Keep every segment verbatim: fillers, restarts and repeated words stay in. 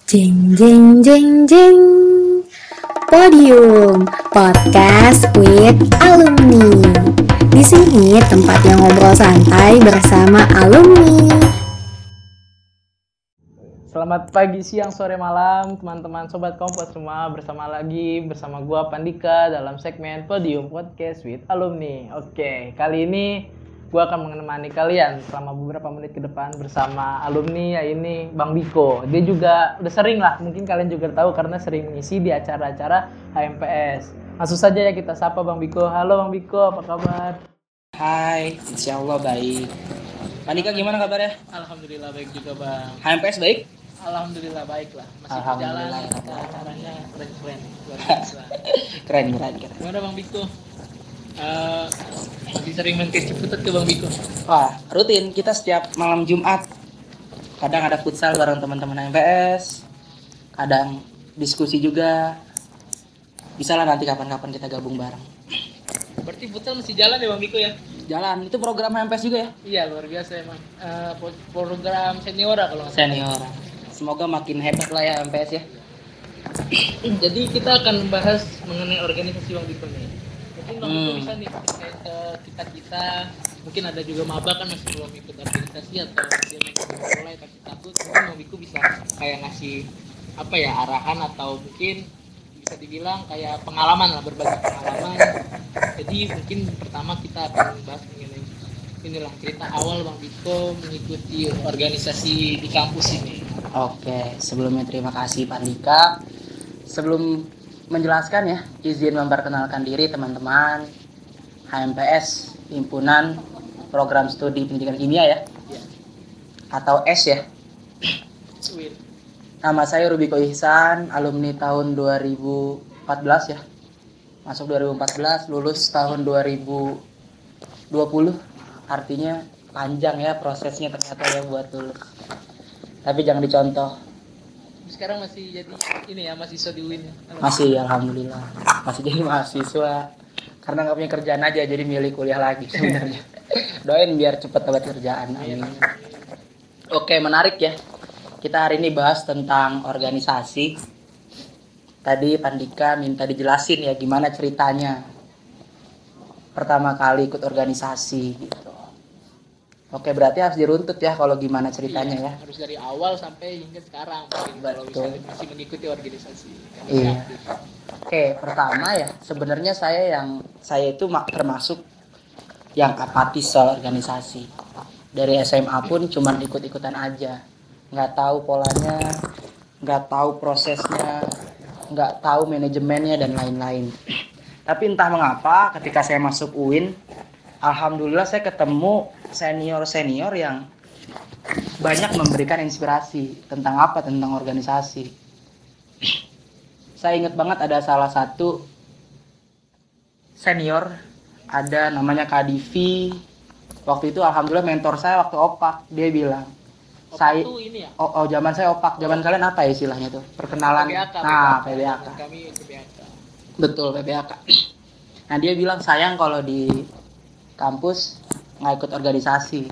Jeng jeng jeng jeng. Podium Podcast with Alumni. Di sini tempatnya ngobrol santai bersama alumni. Selamat pagi, siang, sore, malam, teman-teman sobat Kompas semua, bersama lagi bersama gua Pandika dalam segmen Podium Podcast with Alumni. Oke, kali ini gua akan menemani kalian selama beberapa menit ke depan bersama alumni, ya ini Bang Biko. Dia juga udah sering lah, mungkin kalian juga tahu karena sering mengisi di acara-acara H M P S. Langsung saja ya kita sapa Bang Biko. Halo Bang Biko, apa kabar? Hai, insya Allah baik. Pandika gimana kabarnya? Alhamdulillah baik juga Bang. H M P S baik? Alhamdulillah baik lah, masih Alhamdulillah, berjalan, ya. acaranya keren-keren, luar biasa. Keren, keren, keren. Gimana Bang Biko? Uh, masih sering main ke Ciputat ke Bang Biko? Wah, rutin kita setiap malam Jumat. Kadang ada futsal bareng teman-teman H M P S. Kadang diskusi juga. Bisa lah nanti kapan-kapan kita gabung bareng. Berarti futsal masih jalan ya Bang Biko ya? Jalan, itu program H M P S juga ya? Iya, luar biasa emang. Uh, program seniora kalau nggak salah. Senior. Semoga makin hebat lah ya H M P S ya. Jadi kita akan membahas mengenai organisasi Bang Biko nih. Mungkin Bang Biko Hmm. bisa nih terkait ke kita-kita, mungkin ada juga maba kan masih belum ikut organisasi atau dia mau mulai tapi takut. Mungkin Bang Biko bisa kayak ngasih apa ya arahan atau mungkin bisa dibilang kayak pengalaman lah, berbagi pengalaman. Jadi mungkin pertama kita akan membahas mengenai inilah cerita awal Bang Biko mengikuti organisasi di kampus ini. Oke, sebelumnya terima kasih Pandika. Sebelum menjelaskan ya, izin memperkenalkan diri teman-teman. H M P S, Himpunan Program Studi Pendidikan Kimia ya, Ya. atau S ya. Win. Nama saya Rubiko Ihsan, alumni tahun dua ribu empat belas ya. Masuk dua ribu empat belas, lulus tahun dua ribu dua puluh. Artinya panjang ya prosesnya ternyata ya buat lulus. Tapi jangan dicontoh. Sekarang masih jadi ini ya, mahasiswa di U I N ya? Masih, alhamdulillah. Masih jadi mahasiswa. Karena nggak punya kerjaan aja, jadi milih kuliah lagi sebenarnya. Doain biar cepet dapat kerjaan. Amin. Oke, menarik ya. Kita hari ini bahas tentang organisasi. Tadi Pandika minta dijelasin ya gimana ceritanya pertama kali ikut organisasi gitu. Oke, berarti harus diruntut ya kalau gimana ceritanya Iya, ya. harus dari awal sampai hingga sekarang mungkin kalau Betul. misalnya masih mengikuti organisasi. Iya. Oke, pertama ya sebenarnya saya yang saya itu mak- termasuk yang apatis soal organisasi. Dari S M A pun cuma ikut-ikutan aja, nggak tahu polanya, nggak tahu prosesnya, nggak tahu manajemennya dan lain-lain. Tapi entah mengapa ketika saya masuk U I N, alhamdulillah saya ketemu senior-senior yang banyak memberikan inspirasi tentang apa, tentang organisasi. Saya ingat banget ada salah satu senior, ada namanya Kak Divi. Waktu itu alhamdulillah mentor saya waktu opak, dia bilang, Opak saya tuh ini ya? oh, oh zaman saya opak, zaman kalian apa ya istilahnya tuh? Perkenalan. P B A K, Nah, P B A K. Kami P B A K. Betul, P B A K. Nah, dia bilang sayang kalau di kampus nggak ikut organisasi.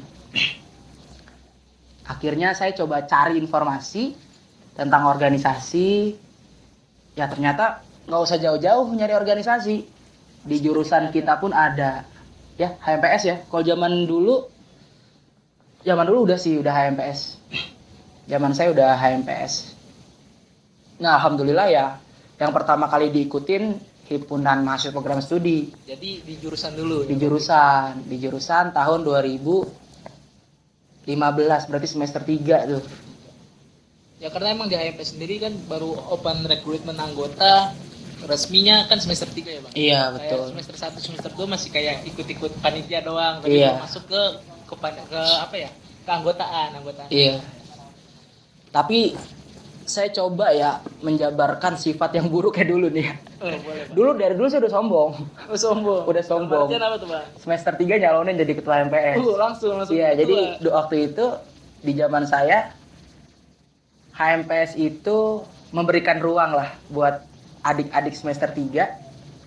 Akhirnya saya coba cari informasi tentang organisasi. Ya ternyata nggak usah jauh-jauh nyari organisasi. Di jurusan kita pun ada. Ya, H M P S ya. Kalau zaman dulu, zaman dulu udah sih, udah H M P S. Zaman saya udah H M P S. Nah, alhamdulillah ya. Yang pertama kali diikutin Himpunan Mahasiswa Program Studi. Jadi di jurusan dulu. Di ya? jurusan, di jurusan tahun dua ribu lima belas, berarti semester tiga tuh. Ya karena emang di H M P sendiri kan baru open recruitment anggota, resminya kan semester tiga ya Bang? Iya, Kayak betul. semester satu, semester dua masih kayak ikut-ikut panitia doang, tapi Iya. belum masuk ke ke, pan- ke apa ya? Keanggotaan, anggotaan. Iya. Tapi saya coba ya menjabarkan sifat yang buruk kayak dulu nih. Oh, boleh, Bang. Dulu dari dulu saya udah sombong. Oh, sombong. Udah sombong. Pengertian apa tuh, Bang? Semester tiga nyalonin jadi ketua M P S. Uh, langsung langsung. Iya, ketua. jadi du- waktu itu di zaman saya H M P S itu memberikan ruang lah buat adik-adik semester tiga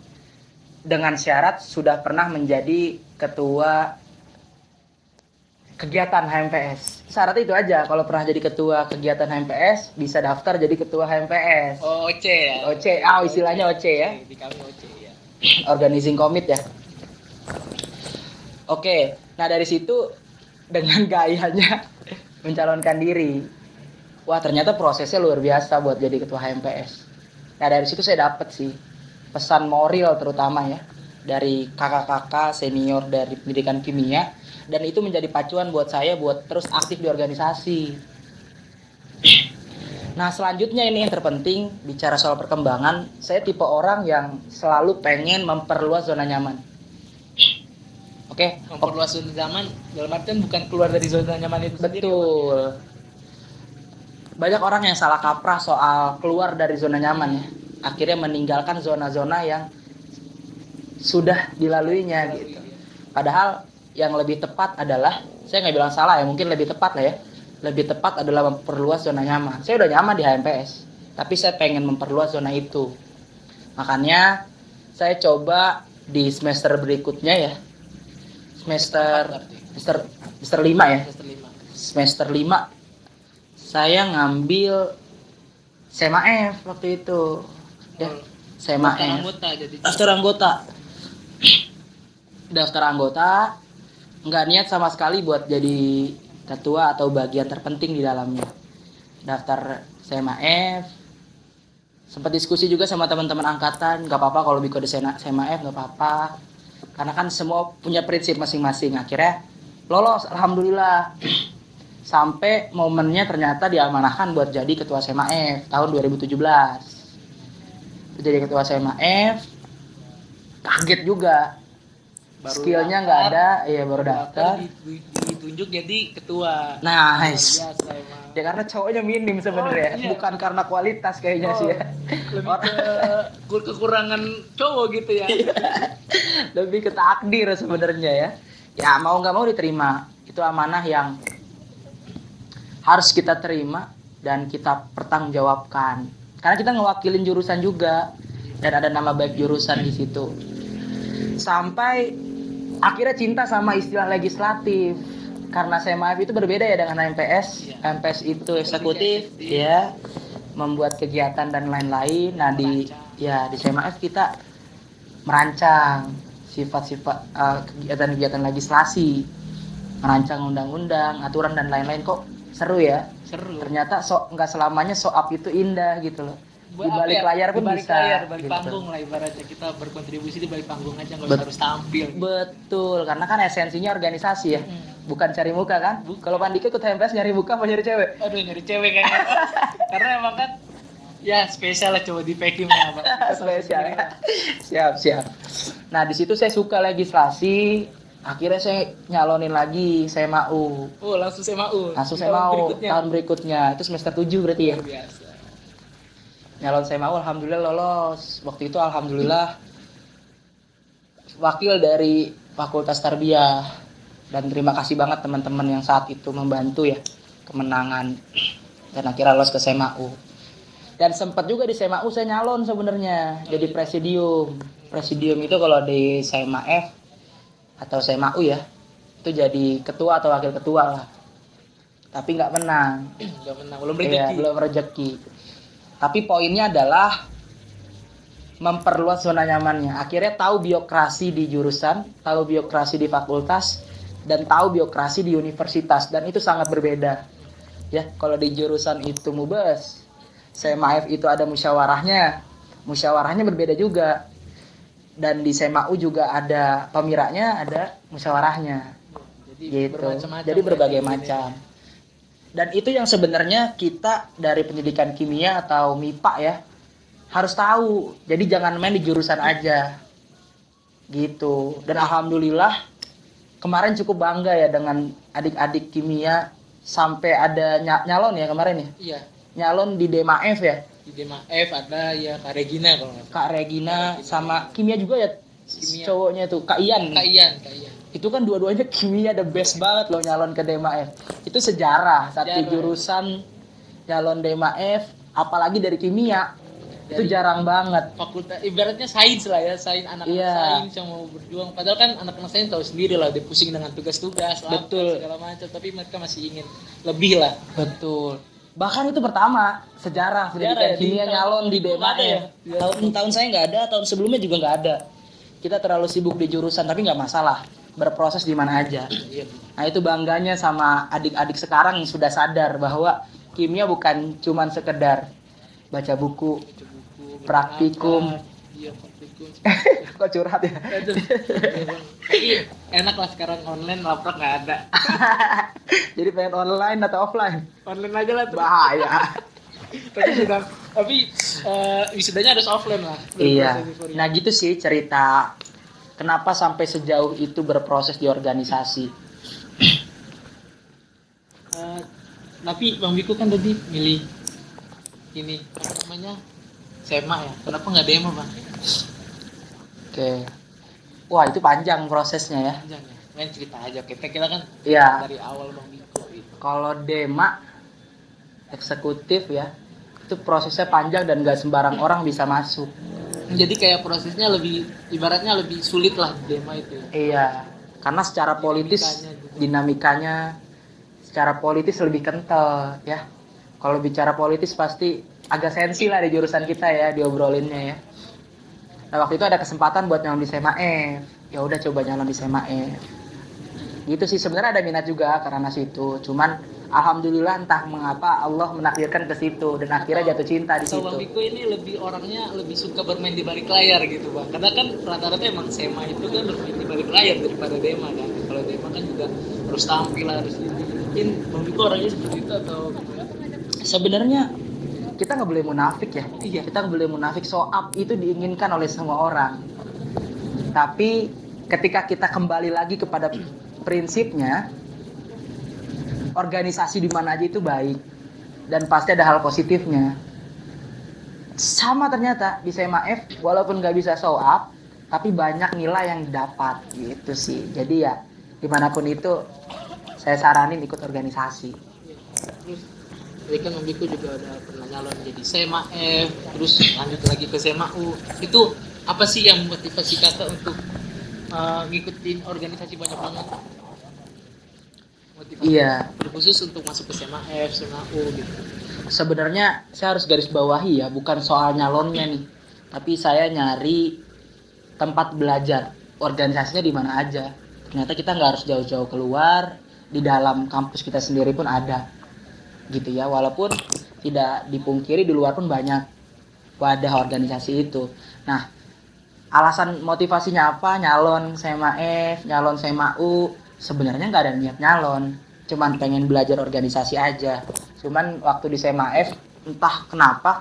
dengan syarat sudah pernah menjadi ketua kegiatan H M P S. Syaratnya itu aja, kalau pernah jadi ketua kegiatan H M P S bisa daftar jadi ketua H M P S. Oh, O C ya. O C, ah istilahnya O C ya. Di kami O C ya. Organizing Committee ya. Oke, nah dari situ dengan gayanya mencalonkan diri. Wah, ternyata prosesnya luar biasa buat jadi ketua H M P S. Nah, dari situ saya dapat sih pesan moral terutama ya dari kakak-kakak senior dari pendidikan kimia, dan itu menjadi pacuan buat saya buat terus aktif di organisasi. Nah, selanjutnya ini yang terpenting bicara soal perkembangan, saya tipe orang yang selalu pengen memperluas zona nyaman. Oke, Memperluas zona nyaman dalam artian bukan keluar dari zona nyaman itu sendiri. betul. Banyak orang yang salah kaprah soal keluar dari zona nyaman ya. Akhirnya meninggalkan zona-zona yang sudah dilaluinya gitu. Padahal yang lebih tepat adalah, saya nggak bilang salah ya, mungkin lebih tepat lah ya. Lebih tepat adalah memperluas zona nyaman. Saya udah nyaman di H M P S, tapi saya pengen memperluas zona itu. Makanya saya coba di semester berikutnya ya. Semester semester semester lima ya. Semester lima. Semester lima saya ngambil S M A F waktu itu. Ya, S M A Daftar F. anggota jadi. Daftar anggota. Daftar anggota, nggak niat sama sekali buat jadi ketua atau bagian terpenting di dalamnya. Daftar S M A F. Sempat diskusi juga sama teman-teman angkatan, nggak apa-apa kalau ikut di S M A F, nggak apa-apa. Karena kan semua punya prinsip masing-masing. Akhirnya lolos, alhamdulillah. Sampai momennya ternyata diamanahkan buat jadi ketua S M A F tahun dua ribu tujuh belas. Jadi ketua S M A F, kaget juga. Baru Skillnya nggak ada, iya baru daftar. Ditunjuk jadi ketua. Nice. Luar biasa emang. Ya karena cowoknya minim sebenarnya, Oh, iya. bukan karena kualitas kayaknya Oh, sih ya. Lebih ke kur- kekurangan cowok gitu ya. Lebih ke takdir sebenarnya ya. Ya mau nggak mau diterima. Itu amanah yang harus kita terima dan kita pertanggungjawabkan. Karena kita ngewakilin jurusan juga dan ada nama baik jurusan di situ. Sampai akhirnya cinta sama istilah legislatif. Karena S M A F itu berbeda ya dengan H M P S. Iya. H M P S itu eksekutif, ya, membuat kegiatan dan lain-lain. Nah di ya di S M A F kita merancang sifat-sifat uh, kegiatan-kegiatan legislasi, merancang undang-undang, aturan dan lain-lain. Kok seru ya? Seru. Ternyata so nggak selamanya soap itu indah gitu loh. Di Apa balik ya, layar pun di balik bisa. layar, balik gitu. panggung lah ibaratnya, kita berkontribusi di balik panggung aja, nggak Bet- usah harus tampil. Gitu. Betul, karena kan esensinya organisasi ya, Hmm. bukan cari muka kan? Kalau Pandika ikut H M P S nyari muka apa nyari cewek? Aduh, nyari cewek kayaknya. Karena emang kan ya spesial lah coba di vacuumnya Pak. Spesial ya. Siap, siap. Nah, di situ saya suka legislasi. Akhirnya saya nyalonin lagi S M A U. Oh, langsung S M A U. Langsung Di S M A tahun U berikutnya. tahun berikutnya. Itu semester tujuh berarti ya. Luar biasa. Nyalon S M A U alhamdulillah lolos. Waktu itu alhamdulillah wakil dari Fakultas Tarbiyah, dan terima kasih banget teman-teman yang saat itu membantu ya kemenangan, dan akhirnya lolos ke S M A U. Dan sempat juga di S M A U saya nyalon sebenarnya jadi presidium. Presidium itu kalau di S M A F atau S M A U ya itu jadi ketua atau wakil ketua lah. Tapi nggak menang. Nggak menang, belum Iya, rezeki. belum rezeki. Tapi poinnya adalah memperluas zona nyamannya. Akhirnya tahu biokrasi di jurusan, tahu biokrasi di fakultas, dan tahu biokrasi di universitas, dan itu sangat berbeda. Ya, kalau di jurusan itu mubes, S M A F itu ada musyawarahnya. Musyawarahnya berbeda juga. Dan di S M A U juga ada pemiranya, ada musyawarahnya. Jadi Gitu. bermacam-macam. Jadi berbagai berarti macam. Dan itu yang sebenarnya kita dari pendidikan kimia atau M I P A ya harus tahu. Jadi jangan main di jurusan aja. Gitu. Dan alhamdulillah kemarin cukup bangga ya dengan adik-adik kimia sampai ada ny- nyalon ya kemarin ya. Iya. Nyalon di D M A F ya. Di D M A F ada ya Kak Regina kalau nggak salah. Kak Regina sama kimia juga ya. Kimia. Cowoknya tuh Kak Ian. Kak Ian, Kak Ian. Itu kan dua-duanya kimia the best banget loh nyalon ke D M A F. Itu sejarah satu Sejarah. jurusan nyalon D M A F, apalagi dari kimia. Itu jarang banget. Fakultas ibaratnya sains lah ya, sains anak-anak Iya. sains yang mau berjuang. Padahal kan anak-anak sains tahu sendiri lah, dia pusing dengan tugas-tugas, lab, Betul. segala macam. Tapi mereka masih ingin lebih lah. Betul. Bahkan itu pertama sejarah pendidikan Sejarah ya, kimia di- nyalon di D M A ada ya? ya. Tahun tahun saya nggak ada, tahun sebelumnya juga nggak ada. Kita terlalu sibuk di jurusan tapi nggak masalah. Berproses di mana aja. Iya. Nah itu bangganya sama adik-adik sekarang yang sudah sadar bahwa kimia bukan cuman sekedar baca buku, Buku, praktikum. berangkat. Iya, praktikum. Kok curhat ya? Aduh. Tapi enak lah sekarang online, laptop nggak ada. Jadi pengen online atau offline? Online aja lah tuh. Bahaya. Tapi sudah, tapi eh, wisudanya harus offline lah. Iya. Berproses euforia. Nah gitu sih cerita kenapa sampai sejauh itu berproses di organisasi. Eh, tapi Bang Biku kan tadi milih ini apa namanya SEMA ya. Kenapa nggak demo Bang? Oke. Wah itu panjang prosesnya ya. Panjang ya. Main cerita aja. Kita kita kan Iya. dari awal Bang Biku itu. Kalau Dema eksekutif ya itu prosesnya panjang dan gak sembarang orang bisa masuk. Jadi kayak prosesnya lebih ibaratnya lebih sulit lah demo itu. Ya. Iya. Karena secara politis Dinamikanya juga. dinamikanya secara politis lebih kental ya. Kalau bicara politis pasti agak sensi lah di jurusan kita ya diobrolinnya ya. Nah waktu itu ada kesempatan buat nyalon di SEMA F. Ya udah coba nyalon di SEMA F. Gitu sih sebenarnya ada minat juga karena situ. Cuman alhamdulillah entah mengapa Allah menakdirkan ke situ dan akhirnya jatuh cinta di So Bang situ. Biko ini lebih orangnya lebih suka bermain di balik layar gitu Bang. Karena kan rata-rata emang SEMA itu kan bermain di balik layar daripada dema kan. Kalau dema kan juga harus tampil harus ini. Mungkin Bang Biko orangnya seperti itu atau Sebenarnya kita nggak boleh munafik ya. Iya. Kita nggak boleh munafik. Soap itu diinginkan oleh semua orang. Tapi ketika kita kembali lagi kepada prinsipnya, organisasi di mana aja itu baik dan pasti ada hal positifnya. Sama ternyata di SEMA F walaupun nggak bisa show up, tapi banyak nilai yang didapat gitu sih. Jadi ya dimanapun itu saya saranin ikut organisasi. terus tadi kan Bang Biko juga ada pernah nyalon jadi SEMA F, terus lanjut lagi ke SEMA U. Itu apa sih yang motivasi kakak untuk uh, ngikutin organisasi banyak banget? Motivasi Iya. khusus untuk masuk ke SEMA F, SEMA U gitu. Sebenarnya saya harus garis bawahi ya, bukan soal nyalonnya nih, tapi saya nyari tempat belajar organisasinya di mana aja. Ternyata kita nggak harus jauh-jauh keluar, di dalam kampus kita sendiri pun ada, gitu ya. Walaupun tidak dipungkiri di luar pun banyak wadah organisasi itu. Nah, alasan motivasinya apa? Nyalon SEMA F, nyalon SEMA U, sebenarnya nggak ada niat nyalon, cuman pengen belajar organisasi aja. Cuman waktu di SEMA F entah kenapa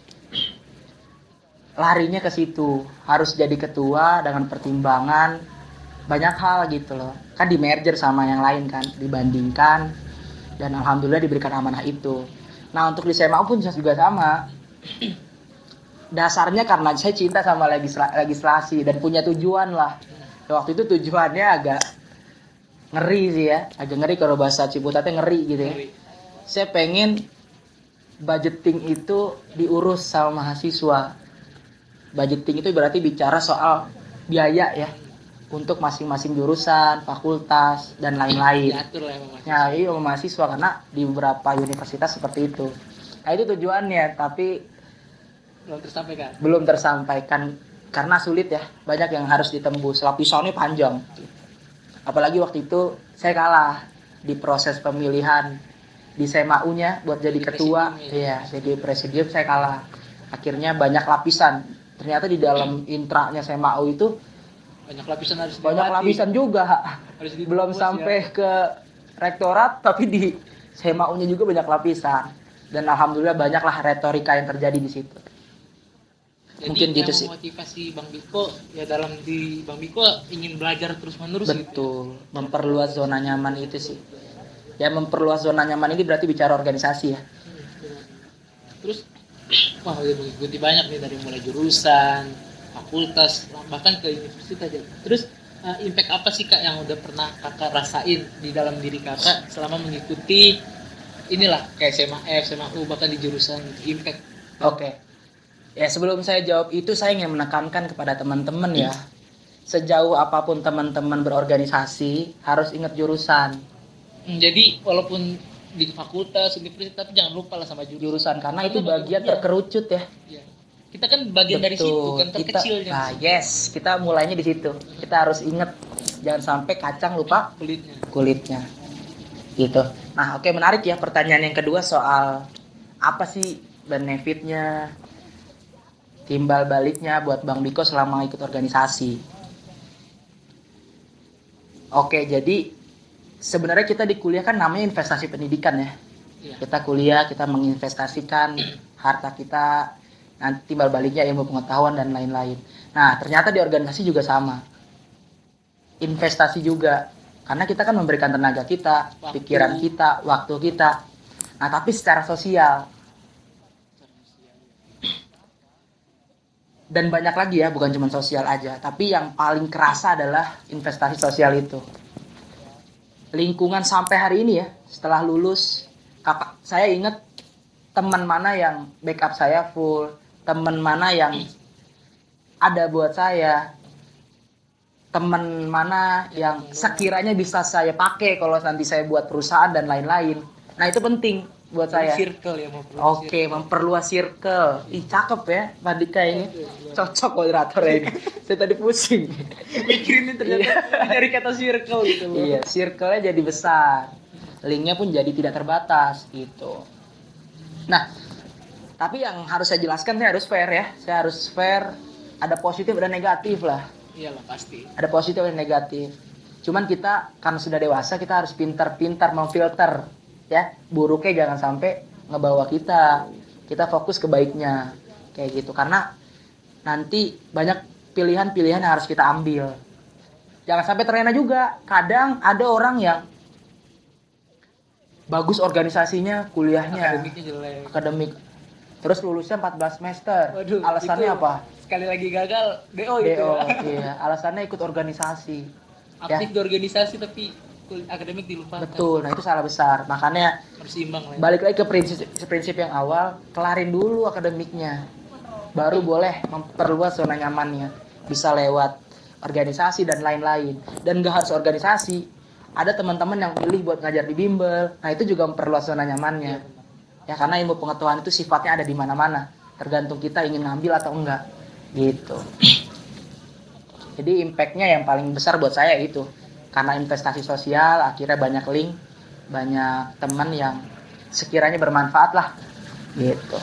larinya ke situ, harus jadi ketua dengan pertimbangan banyak hal gitu loh. Kan di merger sama yang lain kan, dibandingkan, dan alhamdulillah diberikan amanah itu. Nah untuk di SEMA U pun juga sama. Dasarnya karena saya cinta sama legisla- legislasi dan punya tujuan lah. Waktu itu tujuannya agak ngeri sih ya, agak ngeri kalau bahasa Ciputatnya ngeri gitu ya. Saya pengen budgeting itu diurus sama mahasiswa. Budgeting itu berarti bicara soal biaya ya untuk masing-masing jurusan, fakultas dan lain-lain. Diatur lah emang Mas. Ya, iya sama mahasiswa karena di beberapa universitas seperti itu. Nah itu tujuannya, tapi Belum tersampaikan. belum tersampaikan karena sulit ya, banyak yang harus ditembus, lapisannya panjang. Apalagi waktu itu saya kalah di proses pemilihan di SEMA U-nya buat jadi Di ketua, presidium ya. iya, jadi presidium saya kalah. Akhirnya banyak lapisan. Ternyata di dalam intranya SEMA U itu Banyak lapisan harus banyak dilewati. lapisan juga. Harus ditembus Belum ya. sampai ke rektorat, tapi di SEMA U-nya juga banyak lapisan. Dan alhamdulillah banyaklah retorika yang terjadi di situ. Jadi Mungkin yang gitu sih. memotivasi Bang Biko ya dalam di Bang Biko ingin belajar terus menerus gitu. Betul, memperluas zona nyaman itu sih. Ya memperluas zona nyaman ini berarti bicara organisasi ya. Hmm, benar. Terus wah udah mengikuti banyak nih dari mulai jurusan, fakultas, bahkan ke universitas aja. Terus uh, impact apa sih Kak yang udah pernah Kakak rasain di dalam diri Kakak selama mengikuti inilah kayak SEMA F, SEMA U bahkan di jurusan gitu. Impact. Oke. Ya sebelum saya jawab itu saya ingin menekankan kepada teman-teman ya. Sejauh apapun teman-teman berorganisasi harus ingat jurusan. Hmm, jadi walaupun di fakultas, universitas, tapi jangan lupa lah sama jurusan. Jurusan karena itu Karena bagian iya. terkerucut ya. Iya. Kita kan bagian dari situ kan kita, terkecilnya. nah yes, kita mulainya di situ. Kita harus ingat jangan sampai kacang lupa kulitnya. kulitnya. Gitu. Nah, oke menarik ya pertanyaan yang kedua soal apa sih benefitnya, timbal baliknya buat Bang Biko selama ikut organisasi. Oke, jadi sebenarnya kita di kuliah kan namanya investasi pendidikan ya. Iya. Kita kuliah, kita menginvestasikan harta kita, nanti timbal baliknya ilmu pengetahuan dan lain-lain. Nah, ternyata di organisasi juga sama. Investasi juga. Karena kita kan memberikan tenaga kita, Waktu. pikiran kita, waktu kita. Nah, tapi secara sosial. Dan banyak lagi ya, bukan cuma sosial aja. Tapi yang paling kerasa adalah investasi sosial itu. Lingkungan sampai hari ini ya, setelah lulus, kakak saya ingat teman mana yang backup saya full, teman mana yang ada buat saya, teman mana yang sekiranya bisa saya pakai kalau nanti saya buat perusahaan dan lain-lain. Nah itu penting buat saya. Circle ya mau. Oke, memperluas circle. Ih cakep ya, Pak Dika ini. Cocok moderator ini. Saya tadi pusing. Mikirin ini ternyata dari kata circle gitu loh. Iya, circle-nya jadi besar. Linknya pun jadi tidak terbatas gitu. Nah, tapi yang harus saya jelaskan saya harus fair ya. Saya harus fair. Ada positif dan negatif lah. Iyalah pasti. Ada positif dan negatif. Cuman kita karena sudah dewasa kita harus pintar-pintar memfilter ya. Buruknya jangan sampai ngebawa kita. Kita fokus ke baiknya. Kayak gitu. Karena nanti banyak pilihan-pilihan yang harus kita ambil. Jangan sampai terlena juga. Kadang ada orang yang bagus organisasinya, kuliahnya, Akademiknya jelek. akademik. Terus lulusnya empat belas semester. Waduh, Alasannya itu apa? Sekali lagi gagal D O D itu. O, ya. iya. Alasannya ikut organisasi. Aktif Ya. di organisasi tapi kul- akademik dilupakan. Betul. Nah, itu salah besar. Makanya Harus seimbang lah. Ya. balik lagi ke prinsip prinsip yang awal, kelarin dulu akademiknya. Baru boleh memperluas zona nyamannya. Bisa lewat organisasi dan lain-lain. Dan gak harus organisasi. Ada teman-teman yang pilih buat ngajar di bimbel. Nah, itu juga memperluas zona nyamannya. Ya, karena ilmu pengetahuan itu sifatnya ada di mana-mana. Tergantung kita ingin ngambil atau enggak. Gitu. Jadi impact-nya yang paling besar buat saya itu. Karena investasi sosial, akhirnya banyak link, banyak teman yang sekiranya bermanfaat lah. Gitu.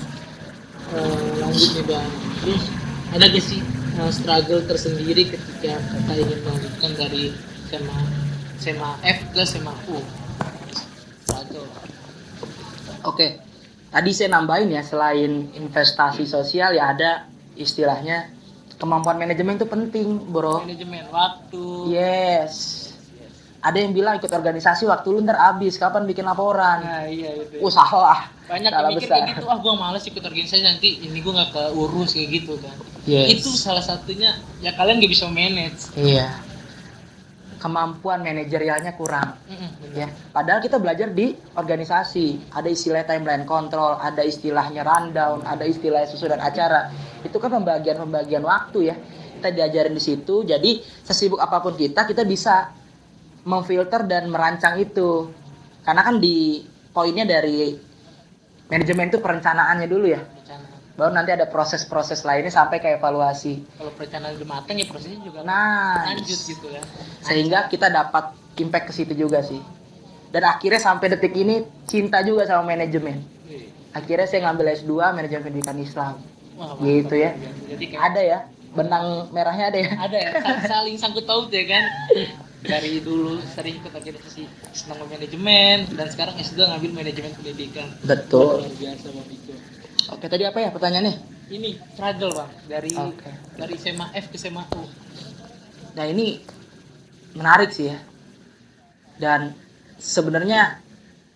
Eh, lanjut nih bang. Terus ada gak sih eh, struggle tersendiri ketika kakak ingin melanjutkan dari S M A S M A F ke S M A U? Struggle. Oke. Tadi saya nambahin ya, selain investasi sosial ya ada istilahnya kemampuan manajemen itu penting, bro. Manajemen waktu. Yes. Ada yang bilang ikut organisasi waktu lu ntar habis, kapan bikin laporan? Nah iya itu. Oh salah. Banyak Salah yang mikir besar. kayak gitu, ah gue males ikut organisasi nanti ini gue nggak keurus kayak gitu kan. Yes. Itu salah satunya ya kalian gak bisa manage. Iya. Kemampuan manajerialnya kurang. Mm-mm, bener. Ya, padahal kita belajar di organisasi, ada istilah timeline control, ada istilahnya rundown, ada istilah susunan acara. Itu kan pembagian-pembagian waktu ya. Kita diajarin di situ. Jadi sesibuk apapun kita, kita bisa memfilter dan merancang itu. Karena kan di poinnya dari manajemen itu perencanaannya dulu ya. Rencana. Baru nanti ada proses-proses lainnya sampai ke evaluasi. Kalau perencanaan udah matang ya prosesnya juga Nah, lanjut gitu ya. sehingga kita dapat impact ke situ juga sih. Dan akhirnya sampai detik ini cinta juga sama manajemen. Wih, Akhirnya saya ngambil S dua manajemen pendidikan Islam. wah, Gitu ya. Jadi kayak Ada ya, benang merahnya ada ya. ada ya sa- saling sangkut paut ya kan. Dari dulu sering ikut organisasi senang manajemen dan sekarang S dua ngambil manajemen pendidikan. Betul. Luar biasa Bang Biko. Oke, tadi apa ya pertanyaannya? Ini struggle Bang dari Oke. dari S M A F ke S M A U. Nah, ini menarik sih ya. Dan sebenarnya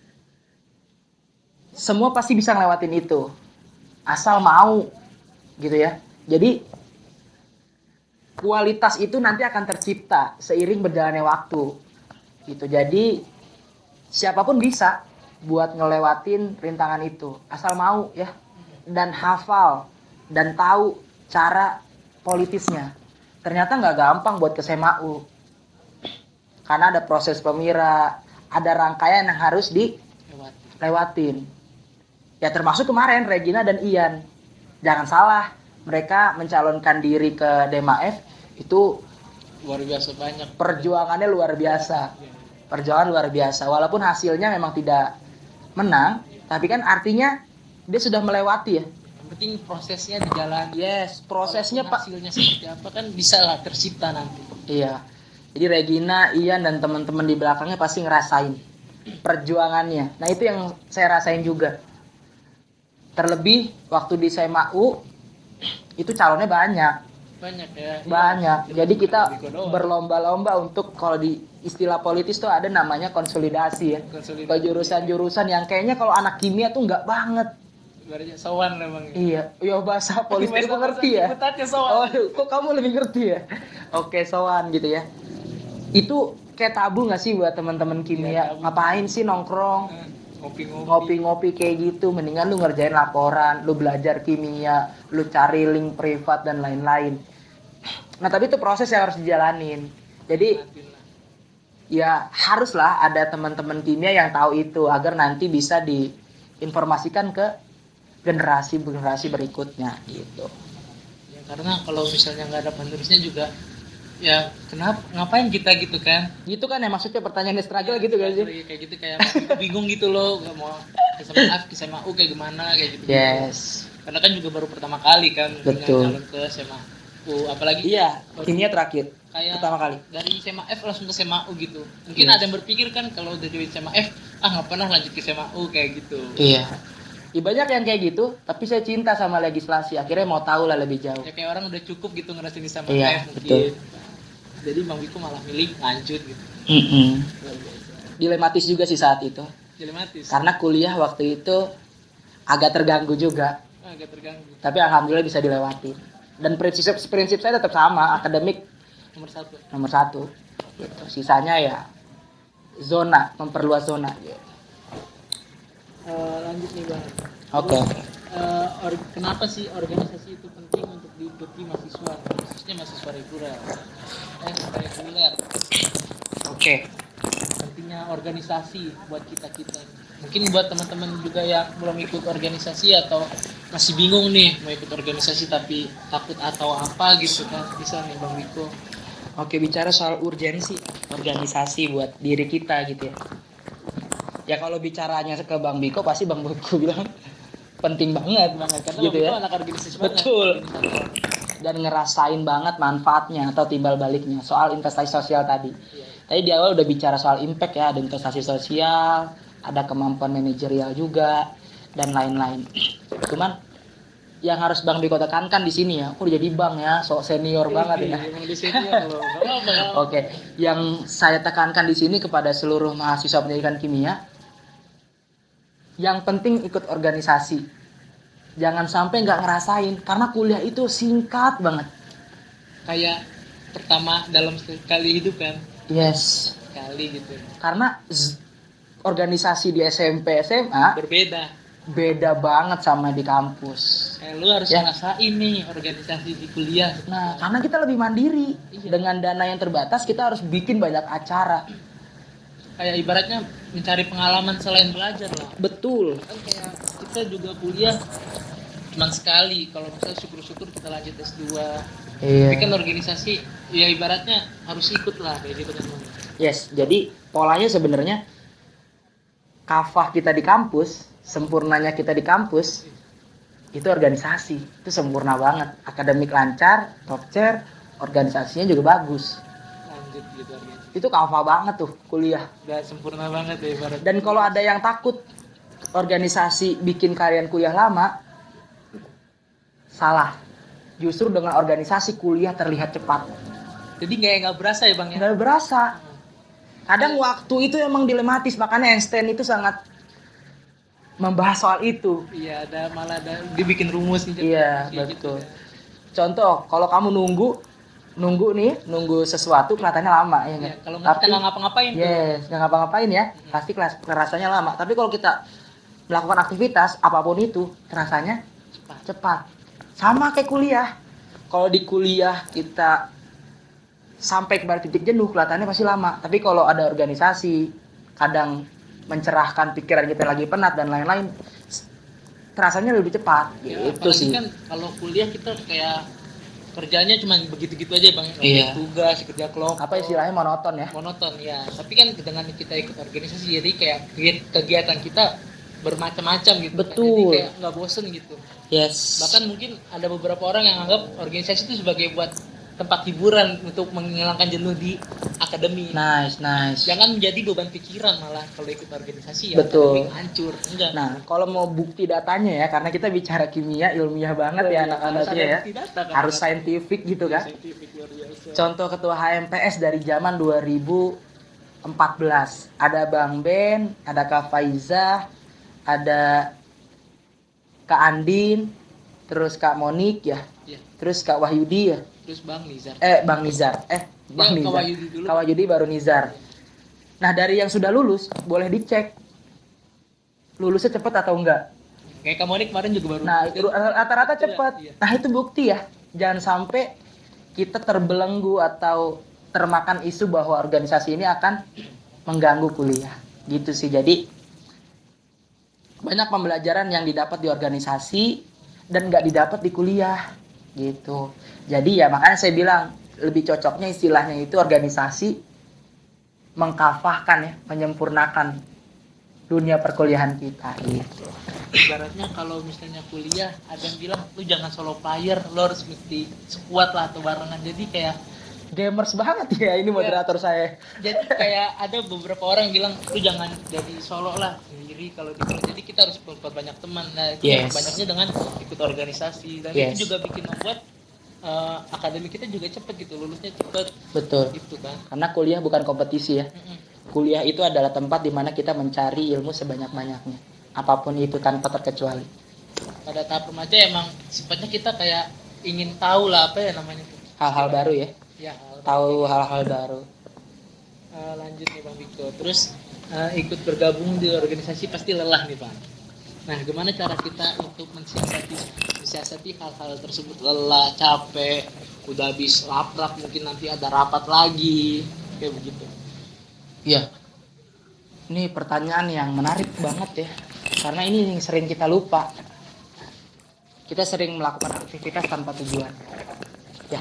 semua pasti bisa ngelewatin itu. Asal mau gitu ya. Jadi kualitas itu nanti akan tercipta seiring berjalannya waktu. Gitu. Jadi siapapun bisa buat ngelewatin rintangan itu. Asal mau ya. Dan hafal dan tahu cara politisnya. Ternyata nggak gampang buat ke S M A U. Karena ada proses pemira, ada rangkaian yang harus dilewatin. Ya termasuk kemarin Regina dan Ian. Jangan salah, mereka mencalonkan diri ke D M A F itu luar biasa banyak. Perjuangannya luar biasa. Perjuangan luar biasa. Walaupun hasilnya memang tidak menang, tapi kan artinya dia sudah melewati ya. Yang penting prosesnya di jalan. Yes, prosesnya Pak. Hasilnya seperti apa kan bisa lah tercipta nanti. Iya. Jadi Regina, Ian dan teman-teman di belakangnya pasti ngerasain perjuangannya. Nah, itu yang saya rasain juga. Terlebih waktu di S M A U itu calonnya banyak. Banyak ya. Banyak. Iya. Jadi kita berlomba-lomba untuk, kalau di istilah politis tuh ada namanya konsolidasi ya. Konsolidasi. Ke jurusan-jurusan yang kayaknya kalau anak kimia tuh nggak banget. Ibaratnya sowan memang. Iya, ya bahasa politik gue ngerti ya. Oh, kok kamu lebih ngerti ya? Oke, sowan gitu ya. Itu kayak tabu nggak sih buat teman-teman kimia? Iya, ngapain sih nongkrong? Ngopi-ngopi. Ngopi-ngopi kayak gitu, mendingan lu ngerjain laporan, lu belajar kimia, lu cari link privat dan lain-lain. Nah, tapi itu proses yang harus dijalanin. Jadi ya haruslah ada teman-teman kimia yang tahu itu agar nanti bisa diinformasikan ke generasi-generasi berikutnya gitu. Ya, karena kalau misalnya nggak ada penerusnya juga ya kenapa ngapain kita gitu kan? Gitu kan ya, maksudnya pertanyaan struggle gitu kan sih? Kayak gitu, kayak bingung gitu loh, nggak mau S M A F, S M A U kayak gimana kayak gitu. Yes. Karena kan juga baru pertama kali kan Betul. dengan calon ke S M A U, apalagi Iya, kimia terakhir. Kayak Pertama kali. dari S M A F langsung ke S M A U gitu. Mungkin Yes. ada yang berpikir kan kalau udah join S M A F, ah nggak pernah lanjut ke S M A U kayak gitu. Iya. Ya, banyak yang kayak gitu, tapi saya cinta sama legislasi. Akhirnya mau tahu lah lebih jauh. Ya kayak orang udah cukup gitu ngerasain di S M A F Iya, mungkin. betul. Jadi Bang Biko malah milih lanjut gitu. Mm-mm. Dilematis juga sih saat itu. Dilematis. Karena kuliah waktu itu agak terganggu juga. Ah, agak terganggu. Tapi alhamdulillah bisa dilewati. Dan prinsip prinsip saya tetap sama, akademik Nomor satu. nomor satu. Gitu. Sisanya ya zona, memperluas zona. Gitu. Uh, lanjut nih Bang. Oke. Uh, or- kenapa sih organisasi itu penting untuk diikuti mahasiswa, khususnya mahasiswa reguler? Eh, reguler. Oke. Pentingnya organisasi buat kita-kita. Mungkin buat teman-teman juga yang belum ikut organisasi atau masih bingung nih mau ikut organisasi tapi takut atau apa gitu kan, bisa nih Bang Biko. Oke, bicara soal urgensi organisasi buat diri kita gitu ya. Ya kalau bicaranya ke Bang Biko pasti Bang Biko bilang penting banget Banget karena gitu Bang Biko ya. anak organisasi Betul. banget. Dan ngerasain banget manfaatnya atau timbal baliknya soal investasi sosial tadi. Iya. Tadi di awal udah bicara soal impact ya, ada investasi sosial, ada kemampuan manajerial juga dan lain-lain. Cuman yang harus Bang Biko tekankan di sini ya, aku udah jadi Bang ya, sok senior banget ya. Emang di senior loh. Gak apa-apa. Oke, yang saya tekankan di sini kepada seluruh mahasiswa pendidikan kimia, yang penting ikut organisasi. Jangan sampai nggak ngerasain, karena kuliah itu singkat banget. Kayak pertama dalam sekali hidup kan, Yes, sekali gitu. karena z- organisasi di S M P S M A Berbeda. beda banget sama di kampus. Kayak lu harus Ya. ngerasain nih organisasi di kuliah. Nah, karena kita lebih mandiri. Iya. Dengan dana yang terbatas, kita harus bikin banyak acara. Kayak ibaratnya mencari pengalaman selain belajar lah. Betul. Kan kayak kita juga kuliah cuma sekali. Kalau misalnya syukur-syukur kita lanjut S dua. Iya. Tapi kan organisasi ya ibaratnya harus ikut lah kayak gitu kan. Bang. Yes, jadi polanya sebenarnya kafah kita di kampus, sempurnanya kita di kampus, itu organisasi. Itu sempurna banget. Akademik lancar, top chair, organisasinya juga bagus. Lanjut gitu organisasi. Itu kafah banget tuh kuliah. Udah sempurna banget ya ibaratnya. Dan kalau ada yang takut organisasi bikin kalian kuliah lama, salah. Justru dengan organisasi kuliah terlihat cepat. Jadi nggak nggak berasa ya Bang ya. Nggak berasa. Kadang waktu itu emang dilematis, makanya Einstein itu sangat membahas soal itu. Iya, ada malah ada dibikin rumus nih. Iya, kayak betul. gitu kan. Contoh, kalau kamu nunggu, nunggu nih, nunggu sesuatu kelihatannya lama, ya Iya, nggak? kalau nggak kita nggak ngapa-ngapain tuh. Yes, nggak ngapa-ngapain ya, pasti kelas rasanya lama. Tapi kalau kita melakukan aktivitas apapun itu, rasanya Cepat. cepat. Sama kayak kuliah. Kalau di kuliah kita sampai kepada titik jenuh kelihatannya pasti lama. Tapi kalau ada organisasi, kadang mencerahkan pikiran kita lagi penat dan lain-lain, terasanya lebih cepat. Ya, Itu apalagi sih. kan kalau kuliah kita kayak kerjanya cuma begitu-gitu aja bang, Iya. tugas, kerja kelompok. Apa istilahnya monoton ya? Monoton ya. Tapi kan dengan kita ikut organisasi jadi kayak kegiatan kita bermacam-macam gitu. kan. Betul. Jadi kayak nggak bosen gitu. Yes. Bahkan mungkin ada beberapa orang yang anggap organisasi itu sebagai buat tempat hiburan untuk menghilangkan jenuh di akademi. Nice, nice. Jangan menjadi beban pikiran malah kalau ikut organisasi ya. Betul. akademik hancur. Enggak. Nah, kalau mau bukti datanya ya, karena kita bicara kimia, ilmiah banget ya anak-anaknya ya. Harus scientific gitu kan. Contoh ketua H M P S dari zaman dua ribu empat belas. Ada Bang Ben, ada Kak Faiza, ada Kak Andin, terus Kak Monik ya, Iya. terus Kak Wahyudi ya. Terus Bang Nizar. Eh, Bang Nizar. Eh, Bang Ya, Kak Nizar. Wahyudi dulu. Kak Wahyudi baru Nizar. Nah, dari yang sudah lulus, boleh dicek lulusnya cepat atau enggak. Kayak Kamonik kemarin juga baru. Nah, itu rata-rata cepat. Iya. Nah, itu bukti ya. Jangan sampai kita terbelenggu atau termakan isu bahwa organisasi ini akan mengganggu kuliah. Gitu sih. Jadi banyak pembelajaran yang didapat di organisasi dan nggak didapat di kuliah. Gitu. Jadi ya makanya saya bilang lebih cocoknya istilahnya itu organisasi mengkafahkan ya, menyempurnakan dunia perkuliahan kita gitu. Ibaratnya kalau misalnya kuliah ada yang bilang lu jangan solo player, lu harus mesti squad lah atau barengan. Jadi kayak Gamers banget ya ini moderator saya. jadi kayak ada beberapa orang yang bilang lu jangan jadi solo lah sendiri kalau di kelas. Jadi kita harus perbanyak teman. Nah, itu Yes. banyaknya dengan ikut organisasi dan Yes. itu juga bikin membuat uh, akademi kita juga cepet gitu, lulusnya cepet Betul. gitu kan. Karena kuliah bukan kompetisi ya. Mm-mm. Kuliah itu adalah tempat di mana kita mencari ilmu sebanyak-banyaknya. Apapun itu tanpa terkecuali. Pada tahap remaja emang sifatnya kita kayak ingin tahu lah apa ya namanya tuh. Hal-hal baru ya. Ya, hal- Tahu hal-hal baru. Uh, lanjut nih Bang Biko. Terus uh, ikut bergabung di organisasi pasti lelah nih Bang. Nah, gimana cara kita untuk mensiasati mensiasati hal-hal tersebut? Lelah, capek, udah habis laprak, mungkin nanti ada rapat lagi, kayak begitu. Iya. Ini pertanyaan yang menarik banget ya. Karena ini yang sering kita lupa. Kita sering melakukan aktivitas tanpa tujuan. Ya.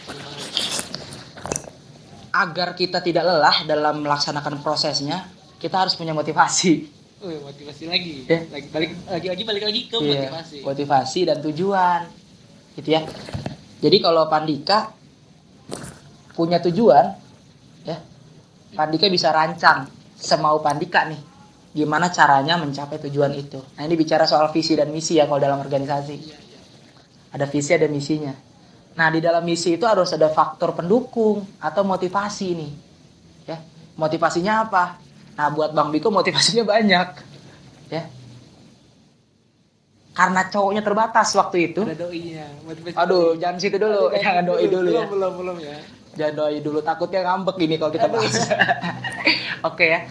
Agar kita tidak lelah dalam melaksanakan prosesnya, kita harus punya motivasi. Oh, motivasi lagi. Ya. Lagi balik lagi-lagi balik lagi ke Iya, motivasi. motivasi dan tujuan. Gitu ya. Jadi kalau Pandika punya tujuan, ya. Pandika bisa rancang semau Pandika nih. Gimana caranya mencapai tujuan itu. Nah, ini bicara soal visi dan misi ya kalau dalam organisasi. Iya, iya. Ada visi, ada misinya. Nah, di dalam misi itu harus ada faktor pendukung atau motivasi nih. Ya. Motivasinya apa? Nah, buat Bang Biko motivasinya banyak. Ya. Karena cowoknya terbatas waktu itu. Ada doinya. Motivasi. Aduh, jangan situ dulu. Jangan doi dulu ya. Belum, belum, belum ya. Jangan doi dulu, takutnya ngambek gini kalau kita bahas. Oke ya.